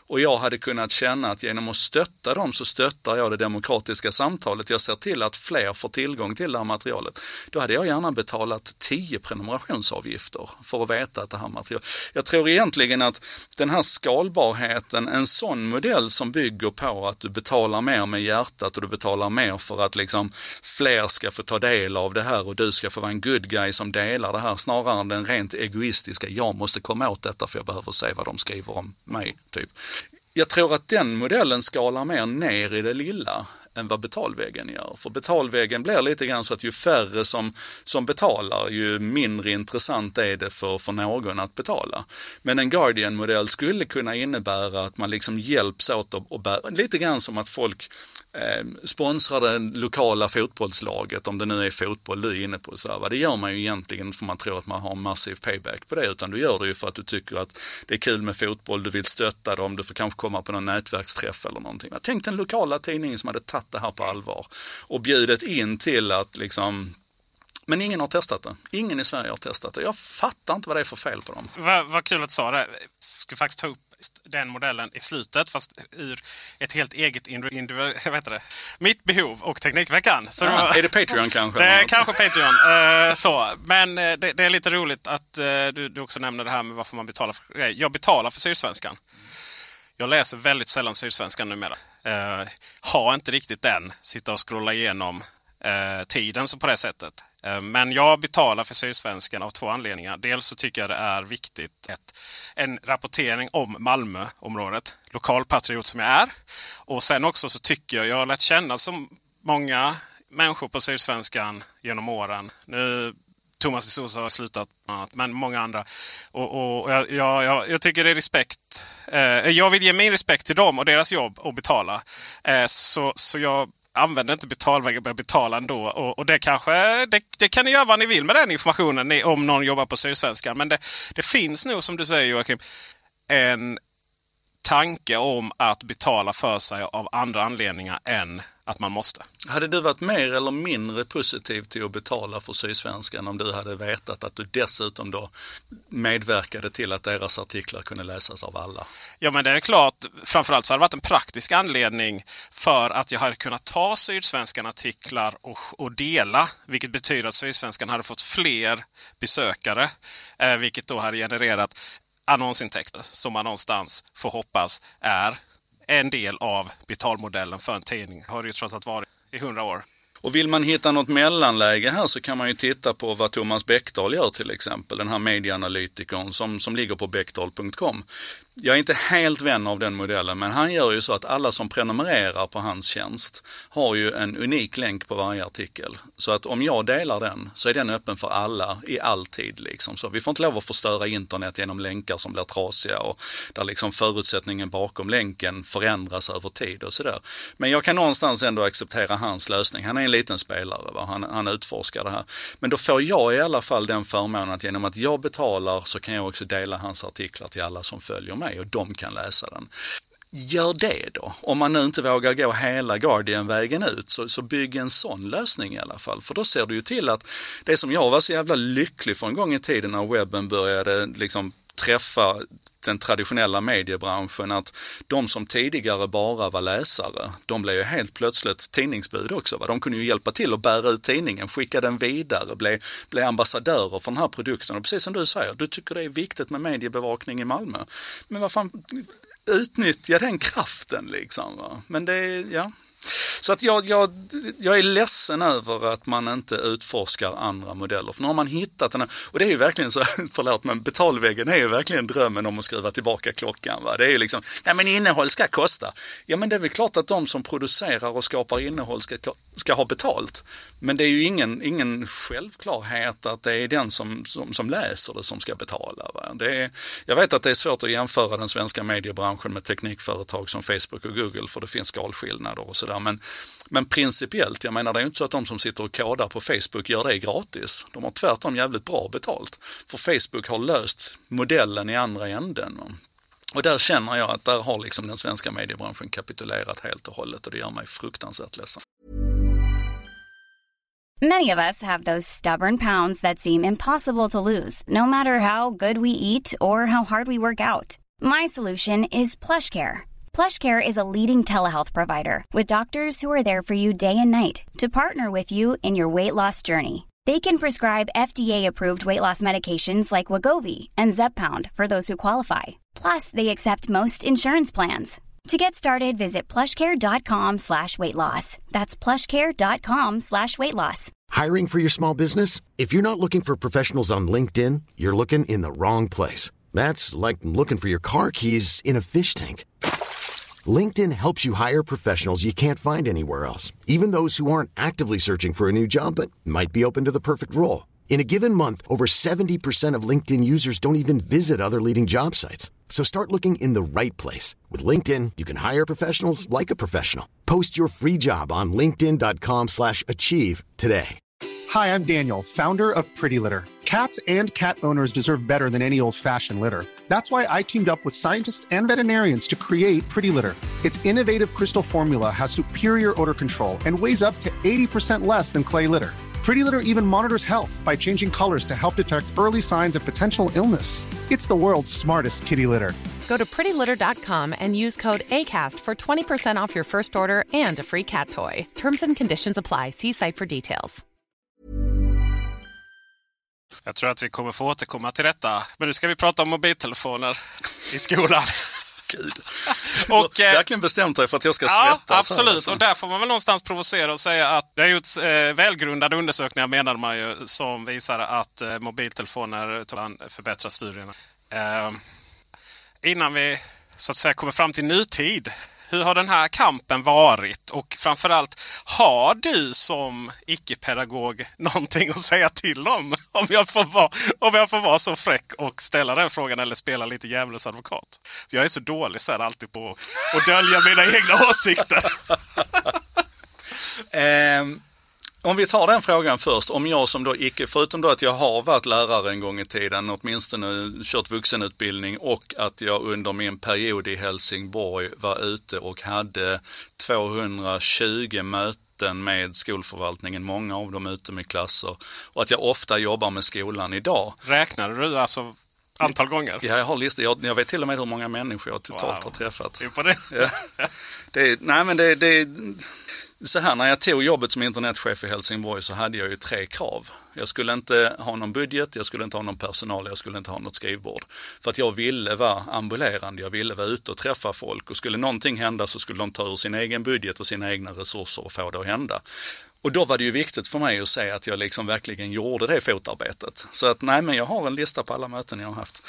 och jag hade kunnat känna att genom att stötta dem så stöttar jag det demokratiska samtalet. Jag ser till att fler får tillgång till det här materialet. Då hade jag gärna betalat tio prenumerationsavgifter för att veta att det här materialet... Jag tror egentligen att den här skalbarheten, en sån modell som bygger på att du betalar mer med hjärtat och du betalar mer för att liksom fler ska få ta del av det här och du ska få vara en good guy som delar det här, snarare än den rent egoistiska, jag måste komma åt detta för jag behöver se vad de skriver om mig, typ. Jag tror att den modellen skalar mer ner i det lilla än vad betalvägen gör. För betalvägen blir lite grann så att ju färre som, som betalar, ju mindre intressant är det för, för någon att betala. Men en Guardian-modell skulle kunna innebära att man liksom hjälps åt och, och bär, lite grann som att folk eh, sponsrar det lokala fotbollslaget, om det nu är fotboll du är inne på. Så här, det gör man ju egentligen för man tror att man har en massiv payback på det, utan du gör det ju för att du tycker att det är kul med fotboll, du vill stötta dem, du får kanske komma på någon nätverksträff eller någonting. Jag tänkte en lokala tidning som hade tagit det här på allvar och bjudit in till att liksom, men ingen har testat det. Ingen i Sverige har testat det. Jag fattar inte vad det är för fel på dem. Vad, vad kul att du sa det. Jag ska faktiskt ta upp den modellen i slutet, fast ur ett helt eget individuellt, jag vet det, mitt behov och Teknikveckan. Så ja, var, är det Patreon kanske? Det är kanske Patreon. uh, så. Men uh, det, det är lite roligt att uh, du, du också nämner det här med varför man betalar för grejer. Jag betalar för Sydsvenskan. Jag läser väldigt sällan Sydsvenskan numera. Uh, har inte riktigt den. Sitta och scrolla igenom uh, tiden så på det sättet. Uh, men jag betalar för Sydsvenskan av två anledningar. Dels så tycker jag det är viktigt ett, en rapportering om Malmöområdet. Lokalpatriot som jag är. Och sen också så tycker jag, jag har lärt känna som många människor på Sydsvenskan genom åren. Nu Thomas de Sousa har slutat, men många andra. Och, och jag, jag, jag tycker det är respekt. Eh, jag vill ge min respekt till dem och deras jobb och betala. Eh, så, så jag använder inte betalvägen, jag betala ändå. Och, och det kanske, det, det kan ni göra vad ni vill med den informationen ni, om någon jobbar på Sydsvenskan. Men det, det finns nog, som du säger Joakim, en tanke om att betala för sig av andra anledningar än att man måste. Hade du varit mer eller mindre positiv till att betala för Sydsvenskan om du hade vetat att du dessutom då medverkade till att deras artiklar kunde läsas av alla? Ja, men det är klart. Framförallt så hade det varit en praktisk anledning för att jag hade kunnat ta Sydsvenskan artiklar och, och dela, vilket betyder att Sydsvenskan hade fått fler besökare, eh, vilket då hade genererat annonsintäkter som man någonstans får hoppas är en del av betalmodellen för en tidning. Har det ju trots allt varit i hundra år. Och vill man hitta något mellanläge här så kan man ju titta på vad Thomas Bäckdahl gör till exempel. Den här medieanalytikern som, som ligger på bäckdahl punkt com. Jag är inte helt vän av den modellen, men han gör ju så att alla som prenumererar på hans tjänst har ju en unik länk på varje artikel. Så att om jag delar den så är den öppen för alla i all tid. Liksom. Så vi får inte lov att förstöra internet genom länkar som blir trasiga och där liksom förutsättningen bakom länken förändras över tid och sådär. Men jag kan någonstans ändå acceptera hans lösning. Han är en liten spelare, va? Han, han utforskar det här. Men då får jag i alla fall den förmånen att genom att jag betalar så kan jag också dela hans artiklar till alla som följer mig. Och de kan läsa den. Gör det då. Om man nu inte vågar gå hela Guardian-vägen ut så, så bygg en sån lösning i alla fall. För då ser du ju till att det som jag var så jävla lycklig för en gång i tiden när webben började liksom träffa den traditionella mediebranschen, att de som tidigare bara var läsare, de blev ju helt plötsligt tidningsbud också. Va? De kunde ju hjälpa till att bära ut tidningen, skicka den vidare, bli, bli ambassadörer för den här produkten. Och precis som du säger, du tycker det är viktigt med mediebevakning i Malmö. Men vad fan, utnyttja den kraften liksom. Va? Men det är, ja... Så att jag, jag, jag är ledsen över att man inte utforskar andra modeller. För nu har man hittat den här, och det är ju verkligen så, förlåt, men betalväggen är ju verkligen drömmen om att skruva tillbaka klockan. Va? Det är ju liksom, ja men innehåll ska kosta. Ja men det är väl klart att de som producerar och skapar innehåll ska, ska ha betalt. Men det är ju ingen, ingen självklarhet att det är den som, som, som läser det som ska betala. Va? Det är, jag vet att det är svårt att jämföra den svenska mediebranschen med teknikföretag som Facebook och Google, för det finns skalskillnader och sådär. Men, men principiellt, jag menar det är ju inte så att de som sitter och kodar på Facebook gör det gratis. De har tvärtom jävligt bra betalt. För Facebook har löst modellen i andra änden. Och där känner jag att där har liksom den svenska mediebranschen kapitulerat helt och hållet, och det gör mig fruktansvärt ledsen. Many of us have those stubborn pounds that seem impossible to lose, no matter how good we eat or how hard we work out. My solution is PlushCare. PlushCare is a leading telehealth provider with doctors who are there for you day and night to partner with you in your weight loss journey. They can prescribe F D A-approved weight loss medications like Wegovy and Zepbound for those who qualify. Plus, they accept most insurance plans. To get started, visit plushcare.com slash weight loss. That's plushcare.com slash weight loss. Hiring for your small business? If you're not looking for professionals on LinkedIn, you're looking in the wrong place. That's like looking for your car keys in a fish tank. LinkedIn helps you hire professionals you can't find anywhere else, even those who aren't actively searching for a new job but might be open to the perfect role. In a given month, over seventy percent of LinkedIn users don't even visit other leading job sites. So start looking in the right place. With LinkedIn, you can hire professionals like a professional. Post your free job on linkedin.com slash achieve today. Hi, I'm Daniel, founder of Pretty Litter. Cats and cat owners deserve better than any old-fashioned litter. That's why I teamed up with scientists and veterinarians to create Pretty Litter. Its innovative crystal formula has superior odor control and weighs up to eighty percent less than clay litter. Pretty Litter even monitors health by changing colors to help detect early signs of potential illness. It's the world's smartest kitty litter. Go to pretty litter dot com and use code ACAST for twenty percent off your first order and a free cat toy. Terms and conditions apply. See site for details. Jag tror att vi kommer få återkomma till detta. Men nu ska vi prata om mobiltelefoner i skolan. Gud. Och, du har verkligen bestämt dig för att jag ska svettas. Ja, absolut. Alltså. Och där får man väl någonstans provocera och säga att det har gjorts eh, välgrundade undersökningar, menar man ju, som visar att eh, mobiltelefoner förbättrar studierna. Eh, innan vi så att säga kommer fram till nutid, hur har den här kampen varit? Och framförallt, har du som icke-pedagog någonting att säga till om? Om jag får vara, om jag får vara så fräck och ställa den frågan eller spela lite djävulens advokat. Jag är så dålig så här alltid på att dölja mina egna åsikter. um... Om vi tar den frågan först, om jag som då icke, förutom då att jag har varit lärare en gång i tiden, åtminstone kört vuxenutbildning, och att jag under min period i Helsingborg var ute och hade tvåhundratjugo möten med skolförvaltningen, många av dem ute med klasser, och att jag ofta jobbar med skolan idag. Räknar du alltså antal gånger? Ja, jag har listat. Jag, jag vet till och med hur många människor jag totalt wow. har träffat. Det är på det. Ja. Det är, nej men det, det så här, när jag tog jobbet som internetchef i Helsingborg så hade jag ju tre krav. Jag skulle inte ha någon budget, jag skulle inte ha någon personal, jag skulle inte ha något skrivbord. För att jag ville vara ambulerande, jag ville vara ute och träffa folk. Och skulle någonting hända så skulle de ta ur sin egen budget och sina egna resurser och få det att hända. Och då var det ju viktigt för mig att säga att jag liksom verkligen gjorde det fotarbetet. Så att nej, men jag har en lista på alla möten jag har haft.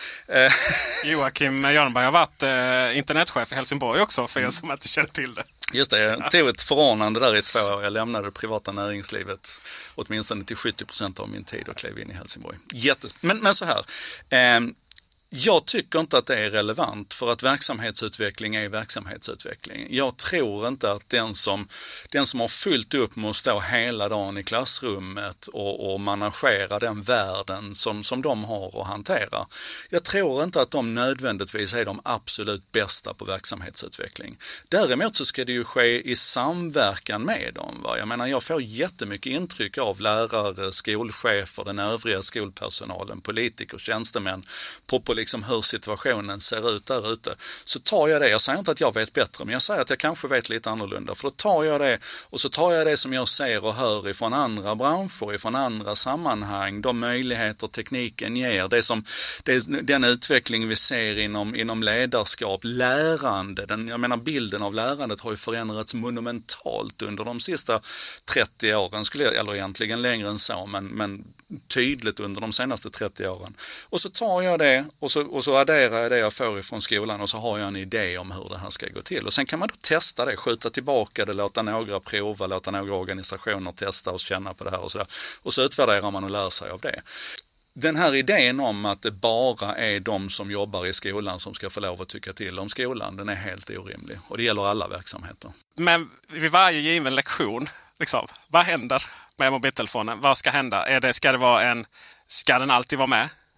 Joakim Jörnberg har varit eh, internetchef i Helsingborg också, för er som inte känner till det. Just det, jag tog ett förordnande där i två år. Jag lämnade det privata näringslivet åtminstone till sjuttio procent av min tid och klev in i Helsingborg. Jätte... Men, men så här... Eh, Jag tycker inte att det är relevant, för att verksamhetsutveckling är verksamhetsutveckling. Jag tror inte att den som, den som har fyllt upp med att stå hela dagen i klassrummet och, och managera den världen som, som de har att hantera. Jag tror inte att de nödvändigtvis är de absolut bästa på verksamhetsutveckling. Däremot så ska det ju ske i samverkan med dem. Va? Jag menar, jag får jättemycket intryck av lärare, skolchefer, den övriga skolpersonalen, politiker, tjänstemän på liksom hur situationen ser ut där ute. Så tar jag det, jag säger inte att jag vet bättre, men jag säger att jag kanske vet lite annorlunda. För då tar jag det och så tar jag det som jag ser och hör ifrån andra branscher, ifrån andra sammanhang, de möjligheter tekniken ger, det som, det, den utveckling vi ser inom, inom ledarskap, lärande. Den, jag menar, bilden av lärandet har ju förändrats monumentalt under de sista trettio åren, skulle jag, eller egentligen längre än så, men, men tydligt under de senaste trettio åren. Och så tar jag det och så, och så adderar jag det jag får ifrån skolan och så har jag en idé om hur det här ska gå till. Och sen kan man då testa det, skjuta tillbaka det, låta några prova, låta några organisationer testa och känna på det här och sådär. Och så utvärderar man och lär sig av det. Den här idén om att det bara är de som jobbar i skolan som ska få lov att tycka till om skolan, den är helt orimlig. Och det gäller alla verksamheter. Men vid varje given lektion, liksom, vad händer med mobiltelefonen? Vad ska hända? Är det, ska det vara en, ska den alltid vara med?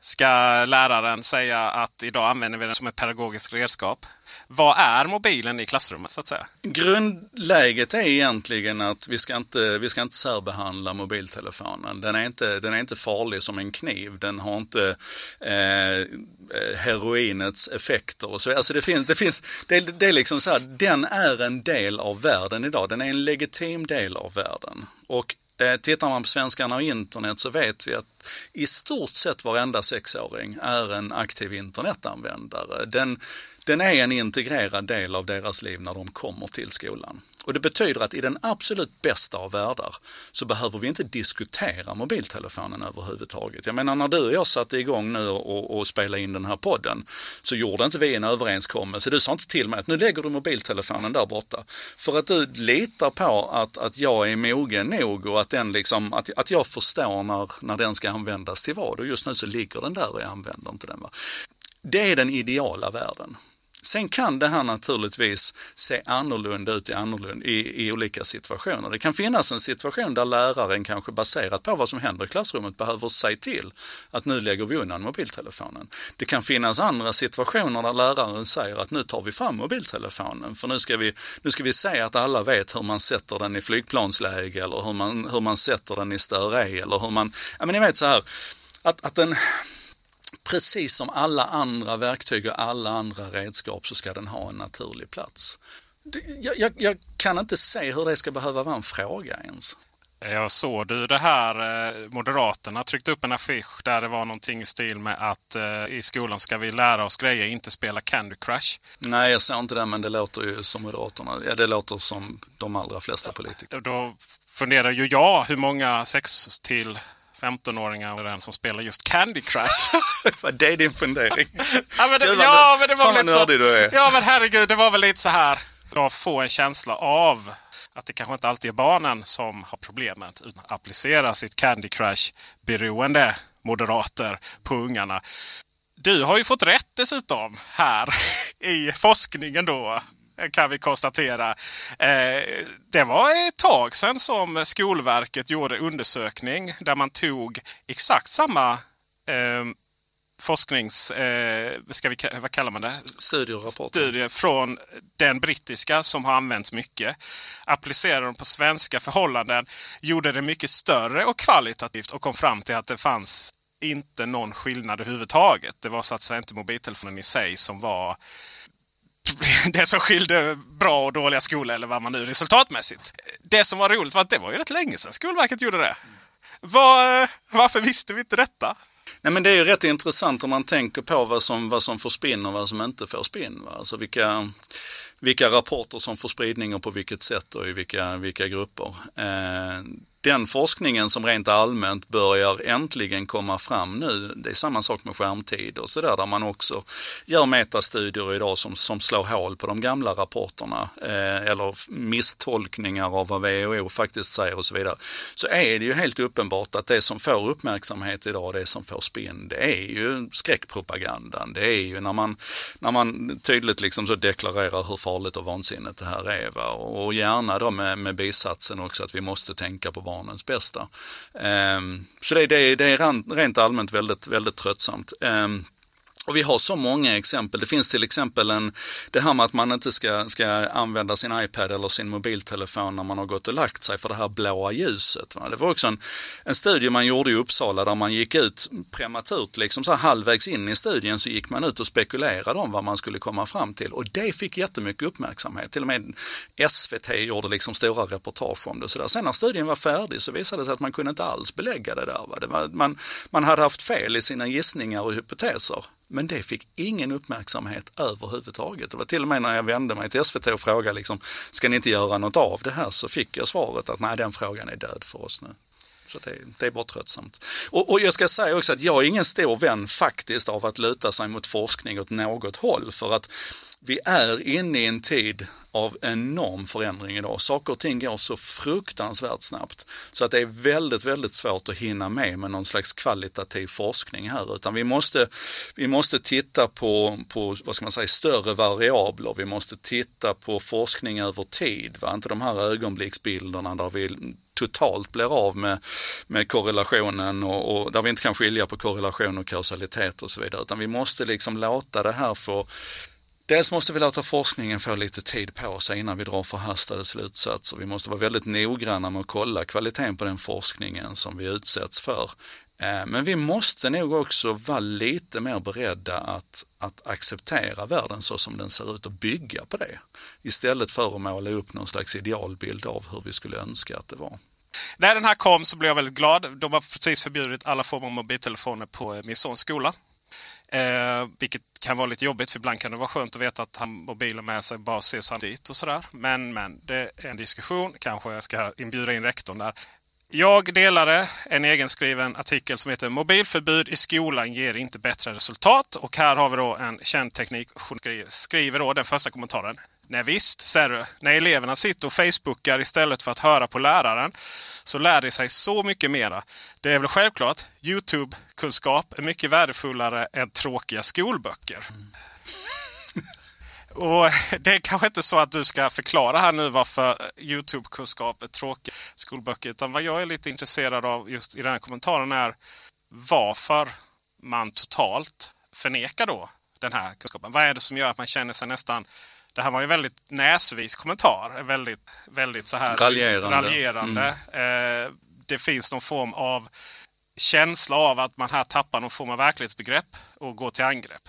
ska läraren säga att idag använder vi den som ett pedagogiskt redskap. Vad är mobilen i klassrummet så att säga? Grundläget är egentligen att vi ska inte, vi ska inte särbehandla mobiltelefonen. Den är inte, den är inte farlig som en kniv. Den har inte eh, heroinets effekter och så. Alltså det finns, det finns, det, det är liksom så här, den är en del av världen idag. Den är en legitim del av världen. Och tittar man på Svenskarna och internet så vet vi att i stort sett varenda sexåring är en aktiv internetanvändare. Den, den är en integrerad del av deras liv när de kommer till skolan. Och det betyder att i den absolut bästa av världar så behöver vi inte diskutera mobiltelefonen överhuvudtaget. Jag menar, när du och jag satte igång nu och, och spelade in den här podden så gjorde inte vi en överenskommelse. Du sa inte till mig att nu lägger du mobiltelefonen där borta. För att du litar på att, att jag är mogen nog och att, den liksom, att, att jag förstår när, när den ska användas till vad. Och just nu så ligger den där och jag använder inte den. Va? Det är den ideala världen. Sen kan det här naturligtvis se annorlunda ut i, annorlunda, i, i olika situationer. Det kan finnas en situation där läraren kanske baserat på vad som händer i klassrummet behöver säga till att nu lägger vi undan mobiltelefonen. Det kan finnas andra situationer där läraren säger att nu tar vi fram mobiltelefonen för nu ska vi, nu ska vi säga att alla vet hur man sätter den i flygplansläge eller hur man, hur man sätter den i stör E eller hur man, ja men ni vet så här, att, att den... Precis som alla andra verktyg och alla andra redskap så ska den ha en naturlig plats. Jag, jag, jag kan inte se hur det ska behöva vara en fråga ens. Jag såg du det här, Moderaterna tryckte upp en affisch där det var någonting i stil med att eh, i skolan ska vi lära oss grejer, inte spela Candy Crush. Nej, jag ser inte det, men det låter ju som Moderaterna. Ja, det låter som de allra flesta politiker. Då funderar ju jag hur många sex till femtonåringar och den som spelar just Candy Crush. Det är din fundering. ja, men det, Gud, ja, men det var fan lite så, du är. Ja, men herregud, det var väl lite så här. Jag får en känsla av att det kanske inte alltid är barnen som har problemet utan att applicera sitt Candy Crush-beroende moderater på ungarna. Du har ju fått rätt dessutom här i forskningen då. Kan vi konstatera. Eh, det var ett tag sedan som Skolverket gjorde undersökning där man tog exakt samma eh, forsknings... Eh, ska vi, vad kallar man det? Studier och rapporter. Studier från den brittiska som har använts mycket. Applicerade dem på svenska förhållanden. Gjorde det mycket större och kvalitativt och kom fram till att det fanns inte någon skillnad överhuvudtaget. Det var så att säga inte mobiltelefonen i sig som var... det som skilde bra och dåliga skolor eller vad man nu resultatmässigt. Det som var roligt var att det var ju rätt länge sedan Skolverket gjorde det. Var, varför visste vi inte detta? Nej, men det är ju rätt intressant om man tänker på vad som, vad som får spinn och vad som inte får spinn. Va? Alltså vilka, vilka rapporter som får spridning och på vilket sätt och i vilka, vilka grupper. Eh, Den forskningen som rent allmänt börjar äntligen komma fram nu, det är samma sak med skärmtid och sådär, där man också gör metastudier idag som, som slår hål på de gamla rapporterna eh, eller misstolkningar av vad W H O faktiskt säger och så vidare. Så är det ju helt uppenbart att det som får uppmärksamhet idag, det som får spinn, det är ju skräckpropagandan. Det är ju när man, när man tydligt liksom så deklarerar hur farligt och vansinnigt det här är. Va? Och gärna då med, med bisatsen också att vi måste tänka på barnens bästa. Um, så det, det, det är rent allmänt väldigt, väldigt tröttsamt. Um, Och vi har så många exempel. Det finns till exempel en, det här med att man inte ska, ska använda sin iPad eller sin mobiltelefon när man har gått och lagt sig för det här blåa ljuset. Va? Det var också en, en studie man gjorde i Uppsala där man gick ut prematurt, liksom så här halvvägs in i studien så gick man ut och spekulerade om vad man skulle komma fram till. Och det fick jättemycket uppmärksamhet. Till och med S V T gjorde liksom stora reportage om det. Så där. Sen när studien var färdig så visade det sig att man kunde inte alls belägga det där. Va? Det var, man, man hade haft fel i sina gissningar och hypoteser. Men det fick ingen uppmärksamhet överhuvudtaget. Det var till och med när jag vände mig till S V T och frågade liksom, ska ni inte göra något av det här, så fick jag svaret att nej, den frågan är död för oss nu. Så det, det är bara tröttsamt. Och, och jag ska säga också att jag är ingen stor vän faktiskt av att luta sig mot forskning åt något håll, för att vi är inne i en tid av enorm förändring idag. Saker och ting går så fruktansvärt snabbt så att det är väldigt, väldigt svårt att hinna med med någon slags kvalitativ forskning här. Utan vi måste, vi måste titta på, på vad ska man säga, större variabler. Vi måste titta på forskning över tid. Va? Inte de här ögonblicksbilderna där vi totalt blir av med, med korrelationen och, och där vi inte kan skilja på korrelation och kausalitet och så vidare. Utan vi måste liksom låta det här få... Dels måste vi låta forskningen få lite tid på sig innan vi drar förhastade slutsatser. Vi måste vara väldigt noggranna med att kolla kvaliteten på den forskningen som vi utsätts för. Men vi måste nog också vara lite mer beredda att, att acceptera världen så som den ser ut och bygga på det. Istället för att måla upp någon slags idealbild av hur vi skulle önska att det var. När den här kom så blev jag väldigt glad. De har precis förbjudit alla former av mobiltelefoner på min sons skola. Eh, vilket kan vara lite jobbigt, för ibland kan det vara skönt att veta att han mobilen med sig bara ser samtidigt och sådär. Men, men det är en diskussion. Kanske jag ska inbjuda in rektorn där. Jag delade en egenskriven artikel som heter Mobilförbud i skolan ger inte bättre resultat. Och här har vi då en känd teknik skriver då den första kommentaren. Nej visst, säger du. När eleverna sitter och facebookar istället för att höra på läraren så lär de sig så mycket mera. Det är väl självklart. YouTube-kunskap är mycket värdefullare än tråkiga skolböcker. Mm. Och det är kanske inte så att du ska förklara här nu varför YouTube-kunskap är tråkiga skolböcker. Utan vad jag är lite intresserad av just i den här kommentaren är varför man totalt förnekar då den här kunskapen. Vad är det som gör att man känner sig nästan... Det här var ju en väldigt näsvis kommentar. Väldigt, väldigt så här raljerande. raljerande. Mm. Eh, det finns någon form av känsla av att man här tappar någon form av verklighetsbegrepp och går till angrepp.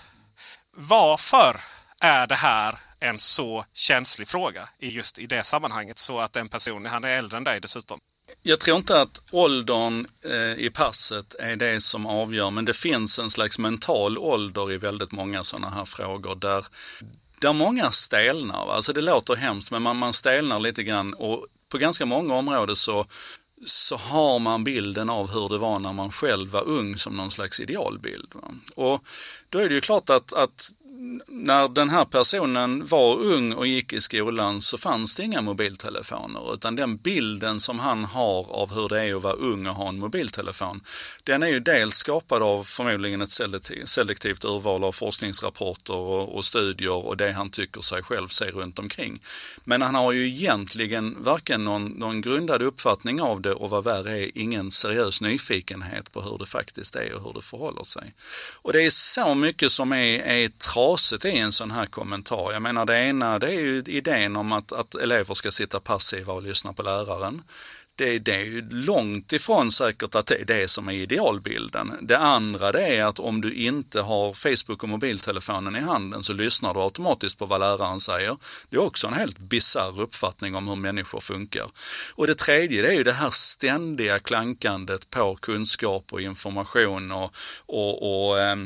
Varför är det här en så känslig fråga i just i det sammanhanget, så att en person, han är äldre än dig dessutom? Jag tror inte att åldern eh, i passet är det som avgör, men det finns en slags mental ålder i väldigt många sådana här frågor där Där många stelnar, alltså det låter hemskt, men man, man stelnar lite grann, och på ganska många områden så, så har man bilden av hur det var när man själv var ung som någon slags idealbild. Va? Och då är det ju klart att, att när den här personen var ung och gick i skolan så fanns det inga mobiltelefoner, utan den bilden som han har av hur det är att vara ung och ha en mobiltelefon, den är ju dels skapad av förmodligen ett selektivt urval av forskningsrapporter och, och studier och det han tycker sig själv se runt omkring. Men han har ju egentligen varken någon, någon grundad uppfattning av det, och vad värre är, ingen seriös nyfikenhet på hur det faktiskt är och hur det förhåller sig. Och det är så mycket som är, är traset i en sån här kommentar. Jag menar, det ena, det är ju idén om att, att elever ska sitta passiva och lyssna på läraren. Det, det är ju långt ifrån säkert att det är det som är idealbilden. Det andra, det är att om du inte har Facebook och mobiltelefonen i handen så lyssnar du automatiskt på vad läraren säger. Det är också en helt bizarr uppfattning om hur människor funkar. Och det tredje, det är ju det här ständiga klankandet på kunskap och information och, och, och eh,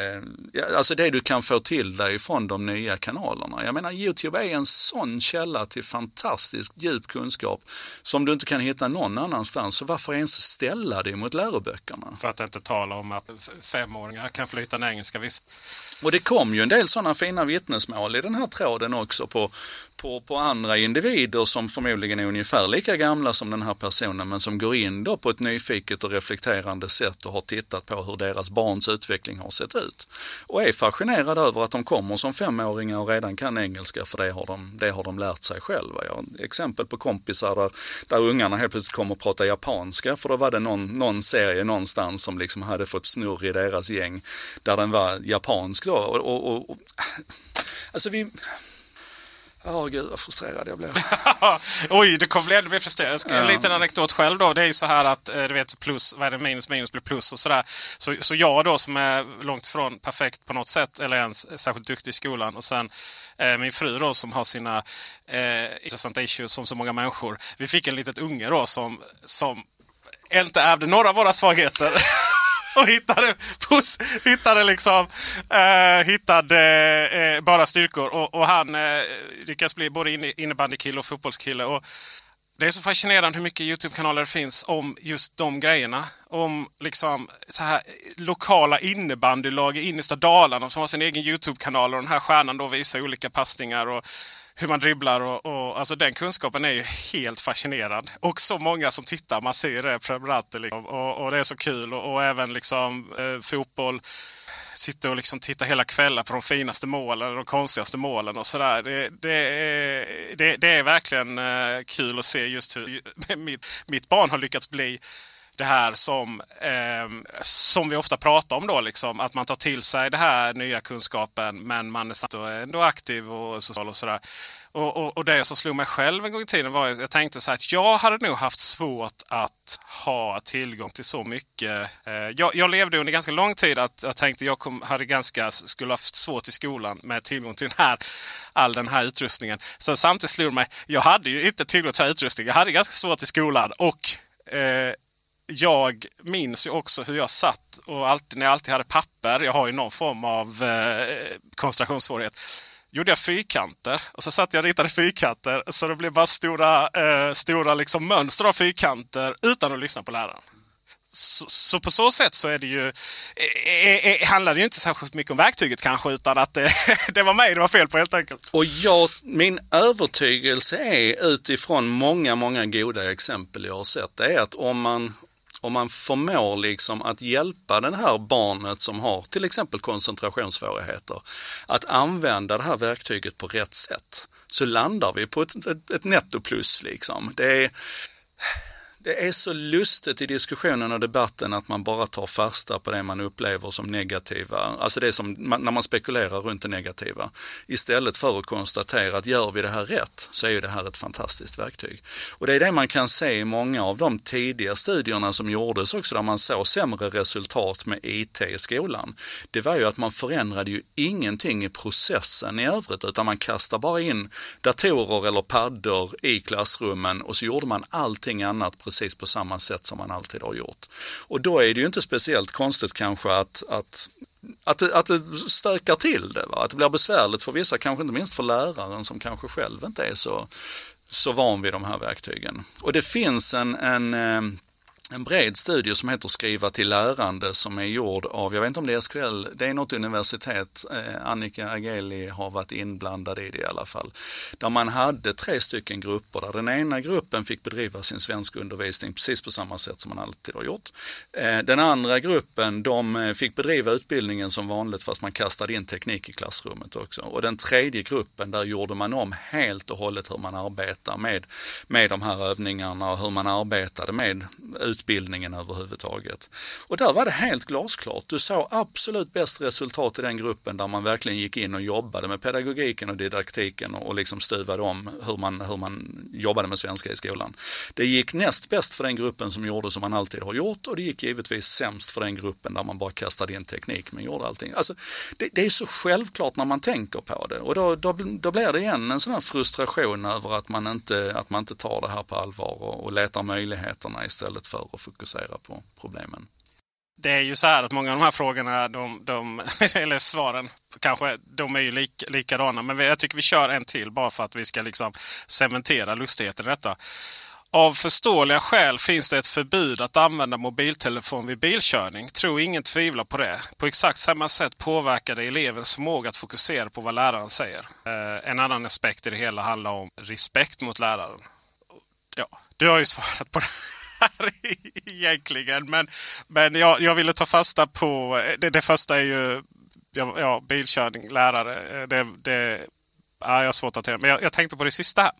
eh, alltså det du kan få till dig från de nya kanalerna. Jag menar, YouTube är en sån källa till fantastisk djup kunskap som du inte kan hitta någon annanstans, så varför ens ställa det mot läroböckerna? För att inte tala om att femåringar kan flyta en engelska, visst. Och det kom ju en del sådana fina vittnesmål i den här tråden också på, på, på andra individer som förmodligen är ungefär lika gamla som den här personen, men som går in då på ett nyfiket och reflekterande sätt och har tittat på hur deras barns utveckling har sett ut. Och är fascinerade över att de kommer som femåringar och redan kan engelska, för det har de, det har de lärt sig själva. Jag har exempel på kompisar där, där ungarna helt plötsligt kom och prata japanska, för då var det någon, någon serie någonstans som liksom hade fått snurr i deras gäng där den var japansk då. Och, och, och, alltså vi... Ja, oh, gud vad frustrerad jag blev. Oj, det kommer bli frustrerad. Jag ska, en liten anekdot själv då. Det är ju så här att, du vet, plus, vad är det, minus, minus blir plus och sådär. Så, så jag då som är långt ifrån perfekt på något sätt, eller ens särskilt duktig i skolan, och sen eh, min fru då som har sina eh, intressanta issues som så många människor. Vi fick en litet unge då som, som inte ärvde några av våra svagheter. Och hittade, pus, hittade liksom eh, hittade eh, bara styrkor. Och, och han eh, lyckas bli både innebandykille och fotbollskille. Och det är så fascinerande hur mycket YouTube-kanaler det finns om just de grejerna. Om liksom så här lokala innebandylag i innersta Dalarna som har sin egen YouTube-kanal. Och den här stjärnan då visar olika passningar och hur man dribblar. Och, och, alltså den kunskapen är ju helt fascinerande. Och så många som tittar, man ser det prenumeranter liksom, och, och det är så kul. Och, och även liksom eh, fotboll. sitta och liksom titta hela kvällen på de finaste målen, de konstigaste målen och sådär. Det, det, är, det, det är verkligen kul att se just hur mitt, mitt barn har lyckats bli det här som, eh, som vi ofta pratar om då, liksom, att man tar till sig det här nya kunskapen, men man är ändå aktiv och social och sådär. Och, och, och det som slog mig själv en gång i tiden var att jag tänkte så här att jag hade nog haft svårt att ha tillgång till så mycket. Eh, jag, jag levde under ganska lång tid att jag tänkte jag kom, hade ganska, skulle ha haft svårt i skolan med tillgång till den här, all den här utrustningen. Så samtidigt slog det mig, jag hade ju inte tillgång till den här utrustningen. Jag hade ganska svårt i skolan och eh, jag minns ju också hur jag satt och alltid, när jag alltid hade papper, jag har ju någon form av eh, koncentrationssvårighet, gjorde jag fyrkanter och så satt jag och ritade fyrkanter så det blev bara stora, eh, stora liksom mönster av fyrkanter utan att lyssna på läraren. Så, så på så sätt så är det ju eh, eh, handlar det ju inte särskilt mycket om verktyget kanske, utan att eh, det var mig det var fel på helt enkelt. Och jag, min övertygelse är utifrån många, många goda exempel jag har sett, det är att om man Om man förmår liksom att hjälpa den här barnet som har till exempel koncentrationssvårigheter att använda det här verktyget på rätt sätt, så landar vi på ett, ett, ett nettoplus. Liksom. Det är, det är så lustigt i diskussionen och debatten att man bara tar fasta på det man upplever som negativa, alltså det som när man spekulerar runt det negativa, istället för att konstatera att gör vi det här rätt så är ju det här ett fantastiskt verktyg. Och det är det man kan se i många av de tidiga studierna som gjordes också, där man såg sämre resultat med I T i skolan. Det var ju att man förändrade ju ingenting i processen i övrigt, utan man kastade bara in datorer eller paddor i klassrummen och så gjorde man allting annat precis på samma sätt som man alltid har gjort. Och då är det ju inte speciellt konstigt kanske att, att, att, det, att det stökar till det. Va? Att det blir besvärligt för vissa, kanske inte minst för läraren som kanske själv inte är så, så van vid de här verktygen. Och det finns en, en, en bred studie som heter Skriva till lärande som är gjord av, jag vet inte om det är S K L, det är något universitet, eh, Annika Ageli har varit inblandad i det i alla fall, där man hade tre stycken grupper, där den ena gruppen fick bedriva sin svenska undervisning precis på samma sätt som man alltid har gjort. Eh, den andra gruppen, de fick bedriva utbildningen som vanligt fast man kastade in teknik i klassrummet också. Och den tredje gruppen, där gjorde man om helt och hållet hur man arbetar med, med de här övningarna och hur man arbetade med utbildningen överhuvudtaget. Och där var det helt glasklart. Du såg absolut bäst resultat i den gruppen där man verkligen gick in och jobbade med pedagogiken och didaktiken och, och liksom stuvade om hur man, hur man jobbade med svenska i skolan. Det gick näst bäst för den gruppen som gjorde som man alltid har gjort, och det gick givetvis sämst för den gruppen där man bara kastade in teknik men gjorde allting. Alltså, det, det är så självklart när man tänker på det, och då, då, då blir det igen en sån här frustration över att man inte, att man inte tar det här på allvar och, och letar möjligheterna istället för att fokusera på problemen. Det är ju så här att många av de här frågorna, de, de, eller svaren kanske, de är ju lik, likadana. Men jag tycker vi kör en till bara för att vi ska liksom cementera lustigheten i detta. Av förståeliga skäl finns det ett förbud att använda mobiltelefon vid bilkörning. Tror ingen tvivlar på det. På exakt samma sätt påverkar det elevens förmåga att fokusera på vad läraren säger. Eh, en annan aspekt i det hela handlar om respekt mot läraren. Ja, du har ju svarat på det egentligen, men, men jag, jag ville ta fasta på det, det första är ju ja, ja, bilkörning, lärare, det, det ja, jag har svårt att ta, men jag, jag tänkte på det sista här.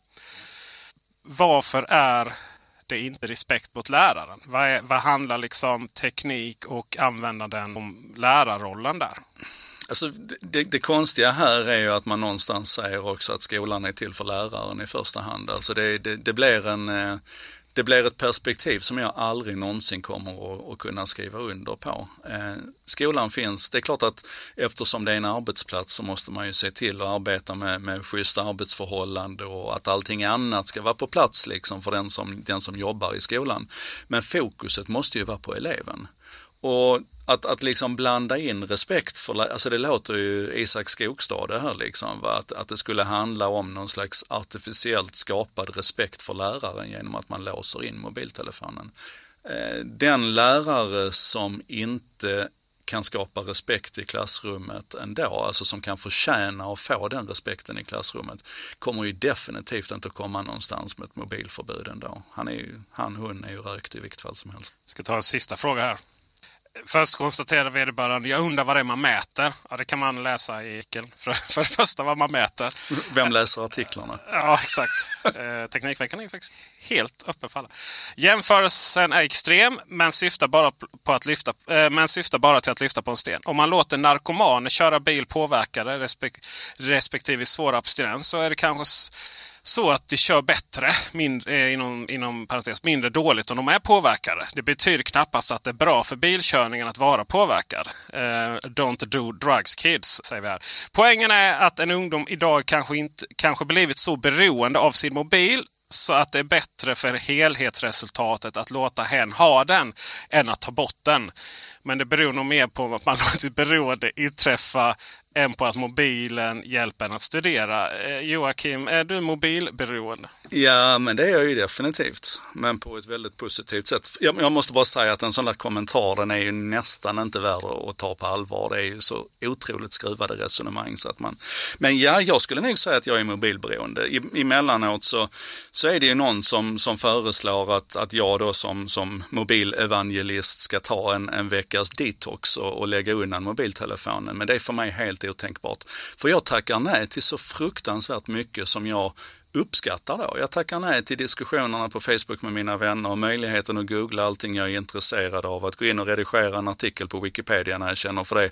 Varför är det inte respekt mot läraren? Vad, är, vad handlar liksom teknik och användanden om lärarrollen där? Alltså, det, det konstiga här är ju att man någonstans säger också att skolan är till för läraren i första hand. Alltså det, det, det blir en Det blir ett perspektiv som jag aldrig någonsin kommer att, att kunna skriva under på. Eh, skolan finns, det är klart att eftersom det är en arbetsplats så måste man ju se till att arbeta med, med schyssta arbetsförhållanden och att allting annat ska vara på plats liksom för den som, den som jobbar i skolan. Men fokuset måste ju vara på eleven. Och att, att liksom blanda in respekt för, alltså det låter ju Isak Skogstad det här liksom, va? Att, att det skulle handla om någon slags artificiellt skapad respekt för läraren genom att man låser in mobiltelefonen. Den lärare som inte kan skapa respekt i klassrummet ändå, alltså som kan förtjäna och få den respekten i klassrummet, kommer ju definitivt inte att komma någonstans med ett mobilförbud ändå. Han, är ju, han hon är ju rökt i vilket fall som helst. Jag ska ta en sista fråga här. Först konstaterar vederbörande, jag undrar vad det är man mäter. Ja, det kan man läsa i artikeln. För, för det första vad man mäter. Vem läser artiklarna? Ja, exakt. Eh, Teknikveckan är faktiskt helt öppen för alla. Jämförelsen är extrem, men syftar bara på att lyfta, eh, men syftar bara till att lyfta på en sten. Om man låter narkomaner köra bil påverkade respek- respektive svår abstinens, så är det kanske så att de kör bättre, mindre, eh, inom, inom parentes, mindre dåligt om de är påverkade. Det betyder knappast att det är bra för bilkörningen att vara påverkad. Eh, don't do drugs, kids, säger vi här. Poängen är att en ungdom idag kanske, inte, kanske blivit så beroende av sin mobil så att det är bättre för helhetsresultatet att låta hen ha den än att ta bort den. Men det beror nog mer på att man låter beroende inträffa än på att mobilen hjälper en att studera. Eh, Joakim, är du mobilberoende? Ja, men det är jag ju definitivt. Men på ett väldigt positivt sätt. Jag, jag måste bara säga att en sån där kommentar, den är ju nästan inte värd att ta på allvar. Det är ju så otroligt skruvade resonemang. Så att man... Men ja, jag skulle nog säga att jag är mobilberoende. I, emellanåt så, så är det ju någon som, som föreslår att, att jag då som, som mobilevangelist ska ta en, en veckas detox och, och lägga undan mobiltelefonen. Men det är för mig helt otänkbart. För jag tackar nej till så fruktansvärt mycket som jag uppskattar då. Jag tackar nej till diskussionerna på Facebook med mina vänner och möjligheten att googla allting jag är intresserad av. Att gå in och redigera en artikel på Wikipedia när jag känner för det.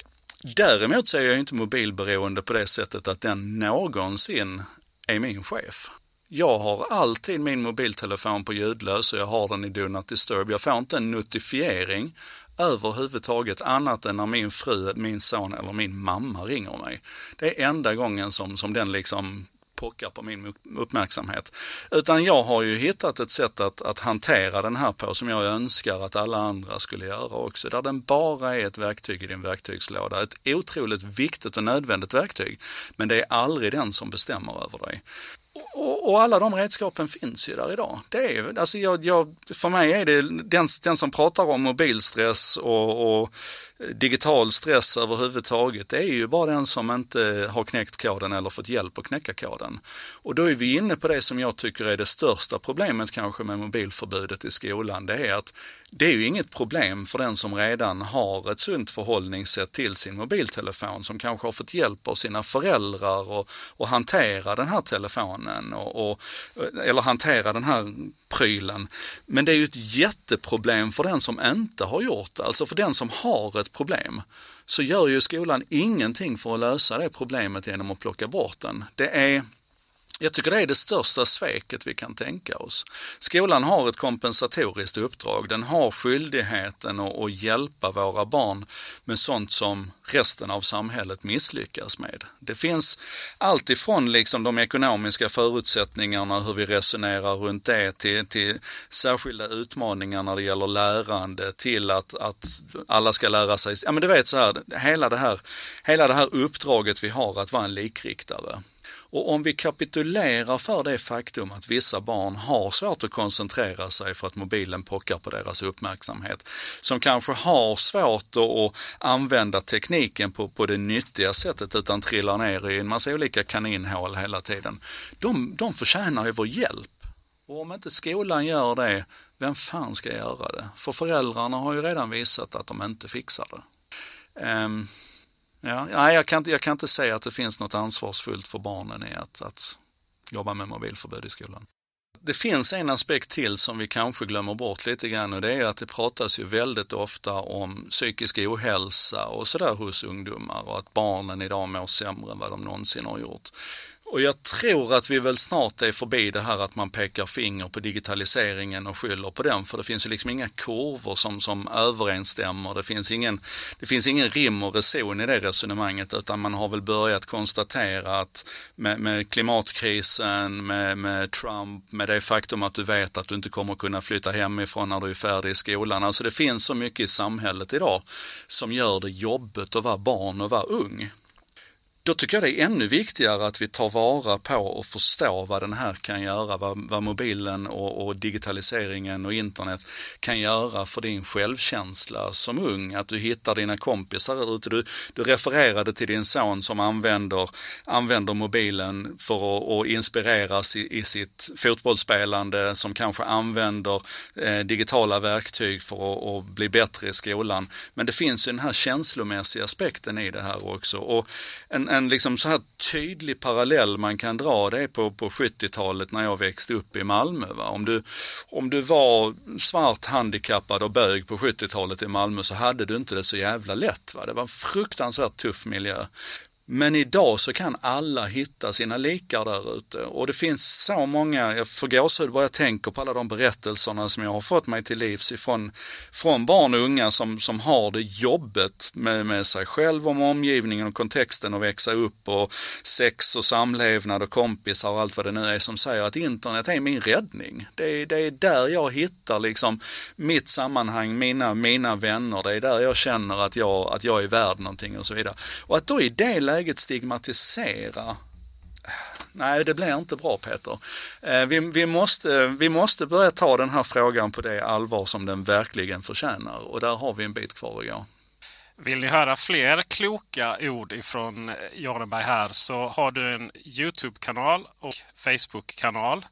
Däremot så är jag inte mobilberoende på det sättet att den någonsin är min chef. Jag har alltid min mobiltelefon på ljudlös och jag har den i Do Not Disturb. Jag får inte en notifiering överhuvudtaget annat än när min fru, min son eller min mamma ringer mig. Det är enda gången som, som den liksom pockar på min uppmärksamhet. Utan jag har ju hittat ett sätt att, att hantera den här på som jag önskar att alla andra skulle göra också. Där den bara är ett verktyg i din verktygslåda. Ett otroligt viktigt och nödvändigt verktyg. Men det är aldrig den som bestämmer över dig. Och, och alla de redskapen finns ju där idag. Det är, alltså jag, jag, för mig är det den, den som pratar om mobilstress och, och digital stress överhuvudtaget. Det är ju bara den som inte har knäckt koden eller fått hjälp att knäcka koden. Och då är vi inne på det som jag tycker är det största problemet kanske med mobilförbudet i skolan. Det är att det är ju inget problem för den som redan har ett sunt förhållningssätt till sin mobiltelefon, som kanske har fått hjälp av sina föräldrar och, och hantera den här telefonen och, och, eller hantera den här prylen. Men det är ju ett jätteproblem för den som inte har gjort det. Alltså för den som har ett problem så gör ju skolan ingenting för att lösa det problemet genom att plocka bort den. Det är... Jag tycker det är det största sveket vi kan tänka oss. Skolan har ett kompensatoriskt uppdrag. Den har skyldigheten att, att hjälpa våra barn med sånt som resten av samhället misslyckas med. Det finns allt ifrån liksom de ekonomiska förutsättningarna, hur vi resonerar runt det, till, till särskilda utmaningar när det gäller lärande, till att, att alla ska lära sig. Ja, men du vet så här, hela det här, hela det här uppdraget vi har att vara en likriktare. Och om vi kapitulerar för det faktum att vissa barn har svårt att koncentrera sig för att mobilen pockar på deras uppmärksamhet, som kanske har svårt att använda tekniken på, på det nyttiga sättet utan trillar ner i en massa olika kaninhål hela tiden, de, de förtjänar ju vår hjälp. Och om inte skolan gör det, vem fan ska göra det? För föräldrarna har ju redan visat att de inte fixar det. Um, Ja, jag, kan inte, jag kan inte säga att det finns något ansvarsfullt för barnen i att, att jobba med mobilförbud i skolan. Det finns en aspekt till som vi kanske glömmer bort lite grann, och det är att det pratas ju väldigt ofta om psykisk ohälsa och sådär hos ungdomar, och att barnen idag mår sämre än vad de någonsin har gjort. Och jag tror att vi väl snart är förbi det här att man pekar finger på digitaliseringen och skyller på den, för det finns ju liksom inga kurvor som, som överensstämmer. Det finns ingen, det finns ingen rim och reson i det resonemanget, utan man har väl börjat konstatera att med, med klimatkrisen, med, med Trump, med det faktum att du vet att du inte kommer kunna flytta hemifrån när du är färdig i skolan. Alltså det finns så mycket i samhället idag som gör det jobbigt att vara barn och vara ung. Då tycker jag det är ännu viktigare att vi tar vara på och förstår vad den här kan göra, vad, vad mobilen och, och digitaliseringen och internet kan göra för din självkänsla som ung. Att du hittar dina kompisar ute. Du, du refererade till din son som använder, använder mobilen för att, att inspireras i, i sitt fotbollsspelande, som kanske använder eh, digitala verktyg för att, att bli bättre i skolan. Men det finns ju den här känslomässiga aspekten i det här också. Och en, en liksom så här tydlig parallell man kan dra, det är på, på sjuttiotalet när jag växte upp i Malmö. Va? Om, du, om du var svart, handikappad och bög på sjuttiotalet i Malmö så hade du inte det så jävla lätt. Va? Det var en fruktansvärt tuff miljö. Men idag så kan alla hitta sina likar där ute. Och det finns så många, jag får gåshud bara jag tänker på alla de berättelserna som jag har fått mig till livs ifrån från barn och unga som, som har det jobbet med, med sig själv och med omgivningen och kontexten och växa upp och sex och samlevnad och kompisar och allt vad det nu är som säger att internet är min räddning. Det är, det är där jag hittar liksom mitt sammanhang, mina, mina vänner. Det är där jag känner att jag, att jag är värd någonting och så vidare. Och att då i det läget stigmatisera, nej, det blir inte bra, Peter. Vi, vi, måste, vi måste börja ta den här frågan på det allvar som den verkligen förtjänar, och där har vi en bit kvar att gå. Vill ni höra fler kloka ord ifrån Jardenberg här, så har du en YouTube-kanal och Facebook-kanal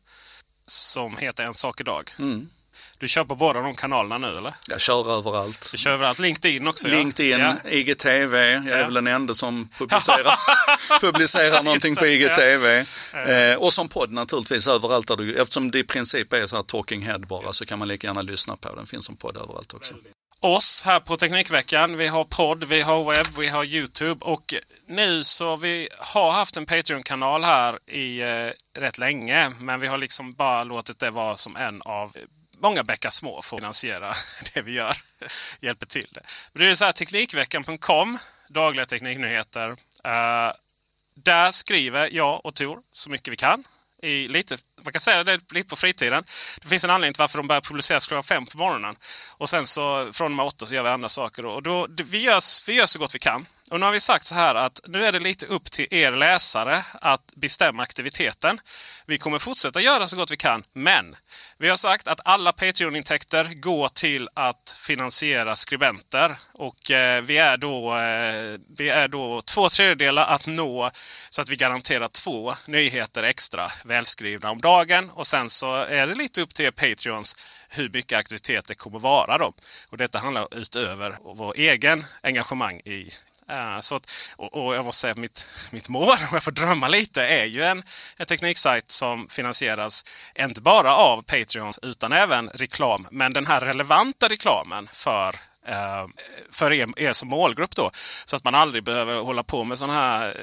som heter En sak idag. Mm. Du kör på båda de kanalerna nu, eller? Jag kör överallt. Du kör överallt. LinkedIn också, LinkedIn, ja. I G T V. Jag är ja. väl den enda som publicerar, publicerar någonting på I G T V. Ja. Eh, och som podd naturligtvis överallt. Där du, eftersom det i princip är så här talking head bara, så kan man lika gärna lyssna på den. Finns som podd överallt också. Oss här på Teknikveckan, vi har podd, vi har webb, vi har YouTube, och nu så vi har haft en Patreon-kanal här i eh, rätt länge, men vi har liksom bara låtit det vara som en av många bäckar små för att finansiera det vi gör. Hjälper till det. Men det är så här, teknikveckan punkt com, dagliga tekniknyheter. Uh, där skriver jag och Tor så mycket vi kan. I lite, man kan säga det lite på fritiden. Det finns en anledning till varför de börjar publiceras klockan fem på morgonen. Och sen så från och med åtta så gör vi andra saker. Och då, det, vi, gör, vi gör så gott vi kan. Och nu har vi sagt så här att nu är det lite upp till er läsare att bestämma aktiviteten. Vi kommer fortsätta göra så gott vi kan, men vi har sagt att alla Patreon-intäkter går till att finansiera skribenter. Och eh, vi, är då, eh, vi är då två tredjedelar att nå, så att vi garanterar två nyheter extra välskrivna om dagen. Och sen så är det lite upp till er Patreons hur mycket aktivitet det kommer vara då. Och detta handlar utöver vår egen engagemang i. Uh, så att, och, och jag måste säga att mitt, mitt mål, om jag får drömma lite, är ju en, en tekniksajt som finansieras inte bara av Patreon utan även reklam. Men den här relevanta reklamen för, uh, för er, er som målgrupp då. Så att man aldrig behöver hålla på med sån här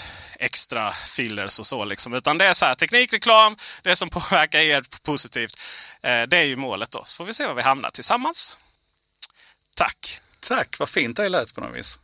extra fillers och så liksom. Utan det är så här, teknikreklam, det som påverkar er positivt. Uh, det är ju målet då. Så får vi se var vi hamnar tillsammans. Tack! Tack, vad fint det lät på något vis.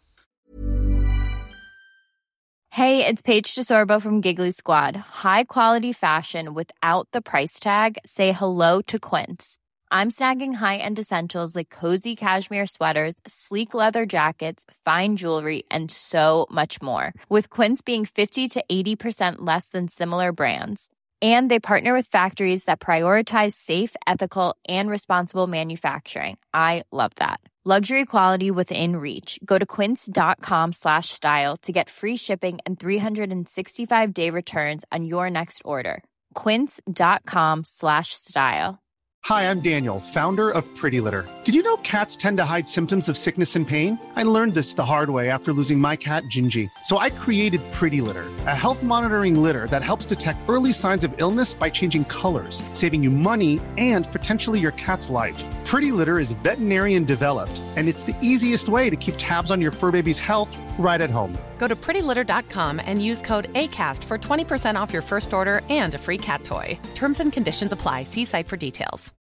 Hey, it's Paige DeSorbo from Giggly Squad. High quality fashion without the price tag. Say hello to Quince. I'm snagging high-end essentials like cozy cashmere sweaters, sleek leather jackets, fine jewelry, and so much more. With Quince being fifty to eighty percent less than similar brands. And they partner with factories that prioritize safe, ethical, and responsible manufacturing. I love that. Luxury quality within reach. Go to quince.com slash style to get free shipping and three sixty-five day returns on your next order. Quince.com slash style. Hi, I'm Daniel, founder of Pretty Litter. Did you know cats tend to hide symptoms of sickness and pain? I learned this the hard way after losing my cat, Gingy. So I created Pretty Litter, a health monitoring litter that helps detect early signs of illness by changing colors, saving you money and potentially your cat's life. Pretty Litter is veterinarian developed, and it's the easiest way to keep tabs on your fur baby's health right at home. Go to pretty litter dot com and use code ACAST for twenty percent off your first order and a free cat toy. Terms and conditions apply. See site for details.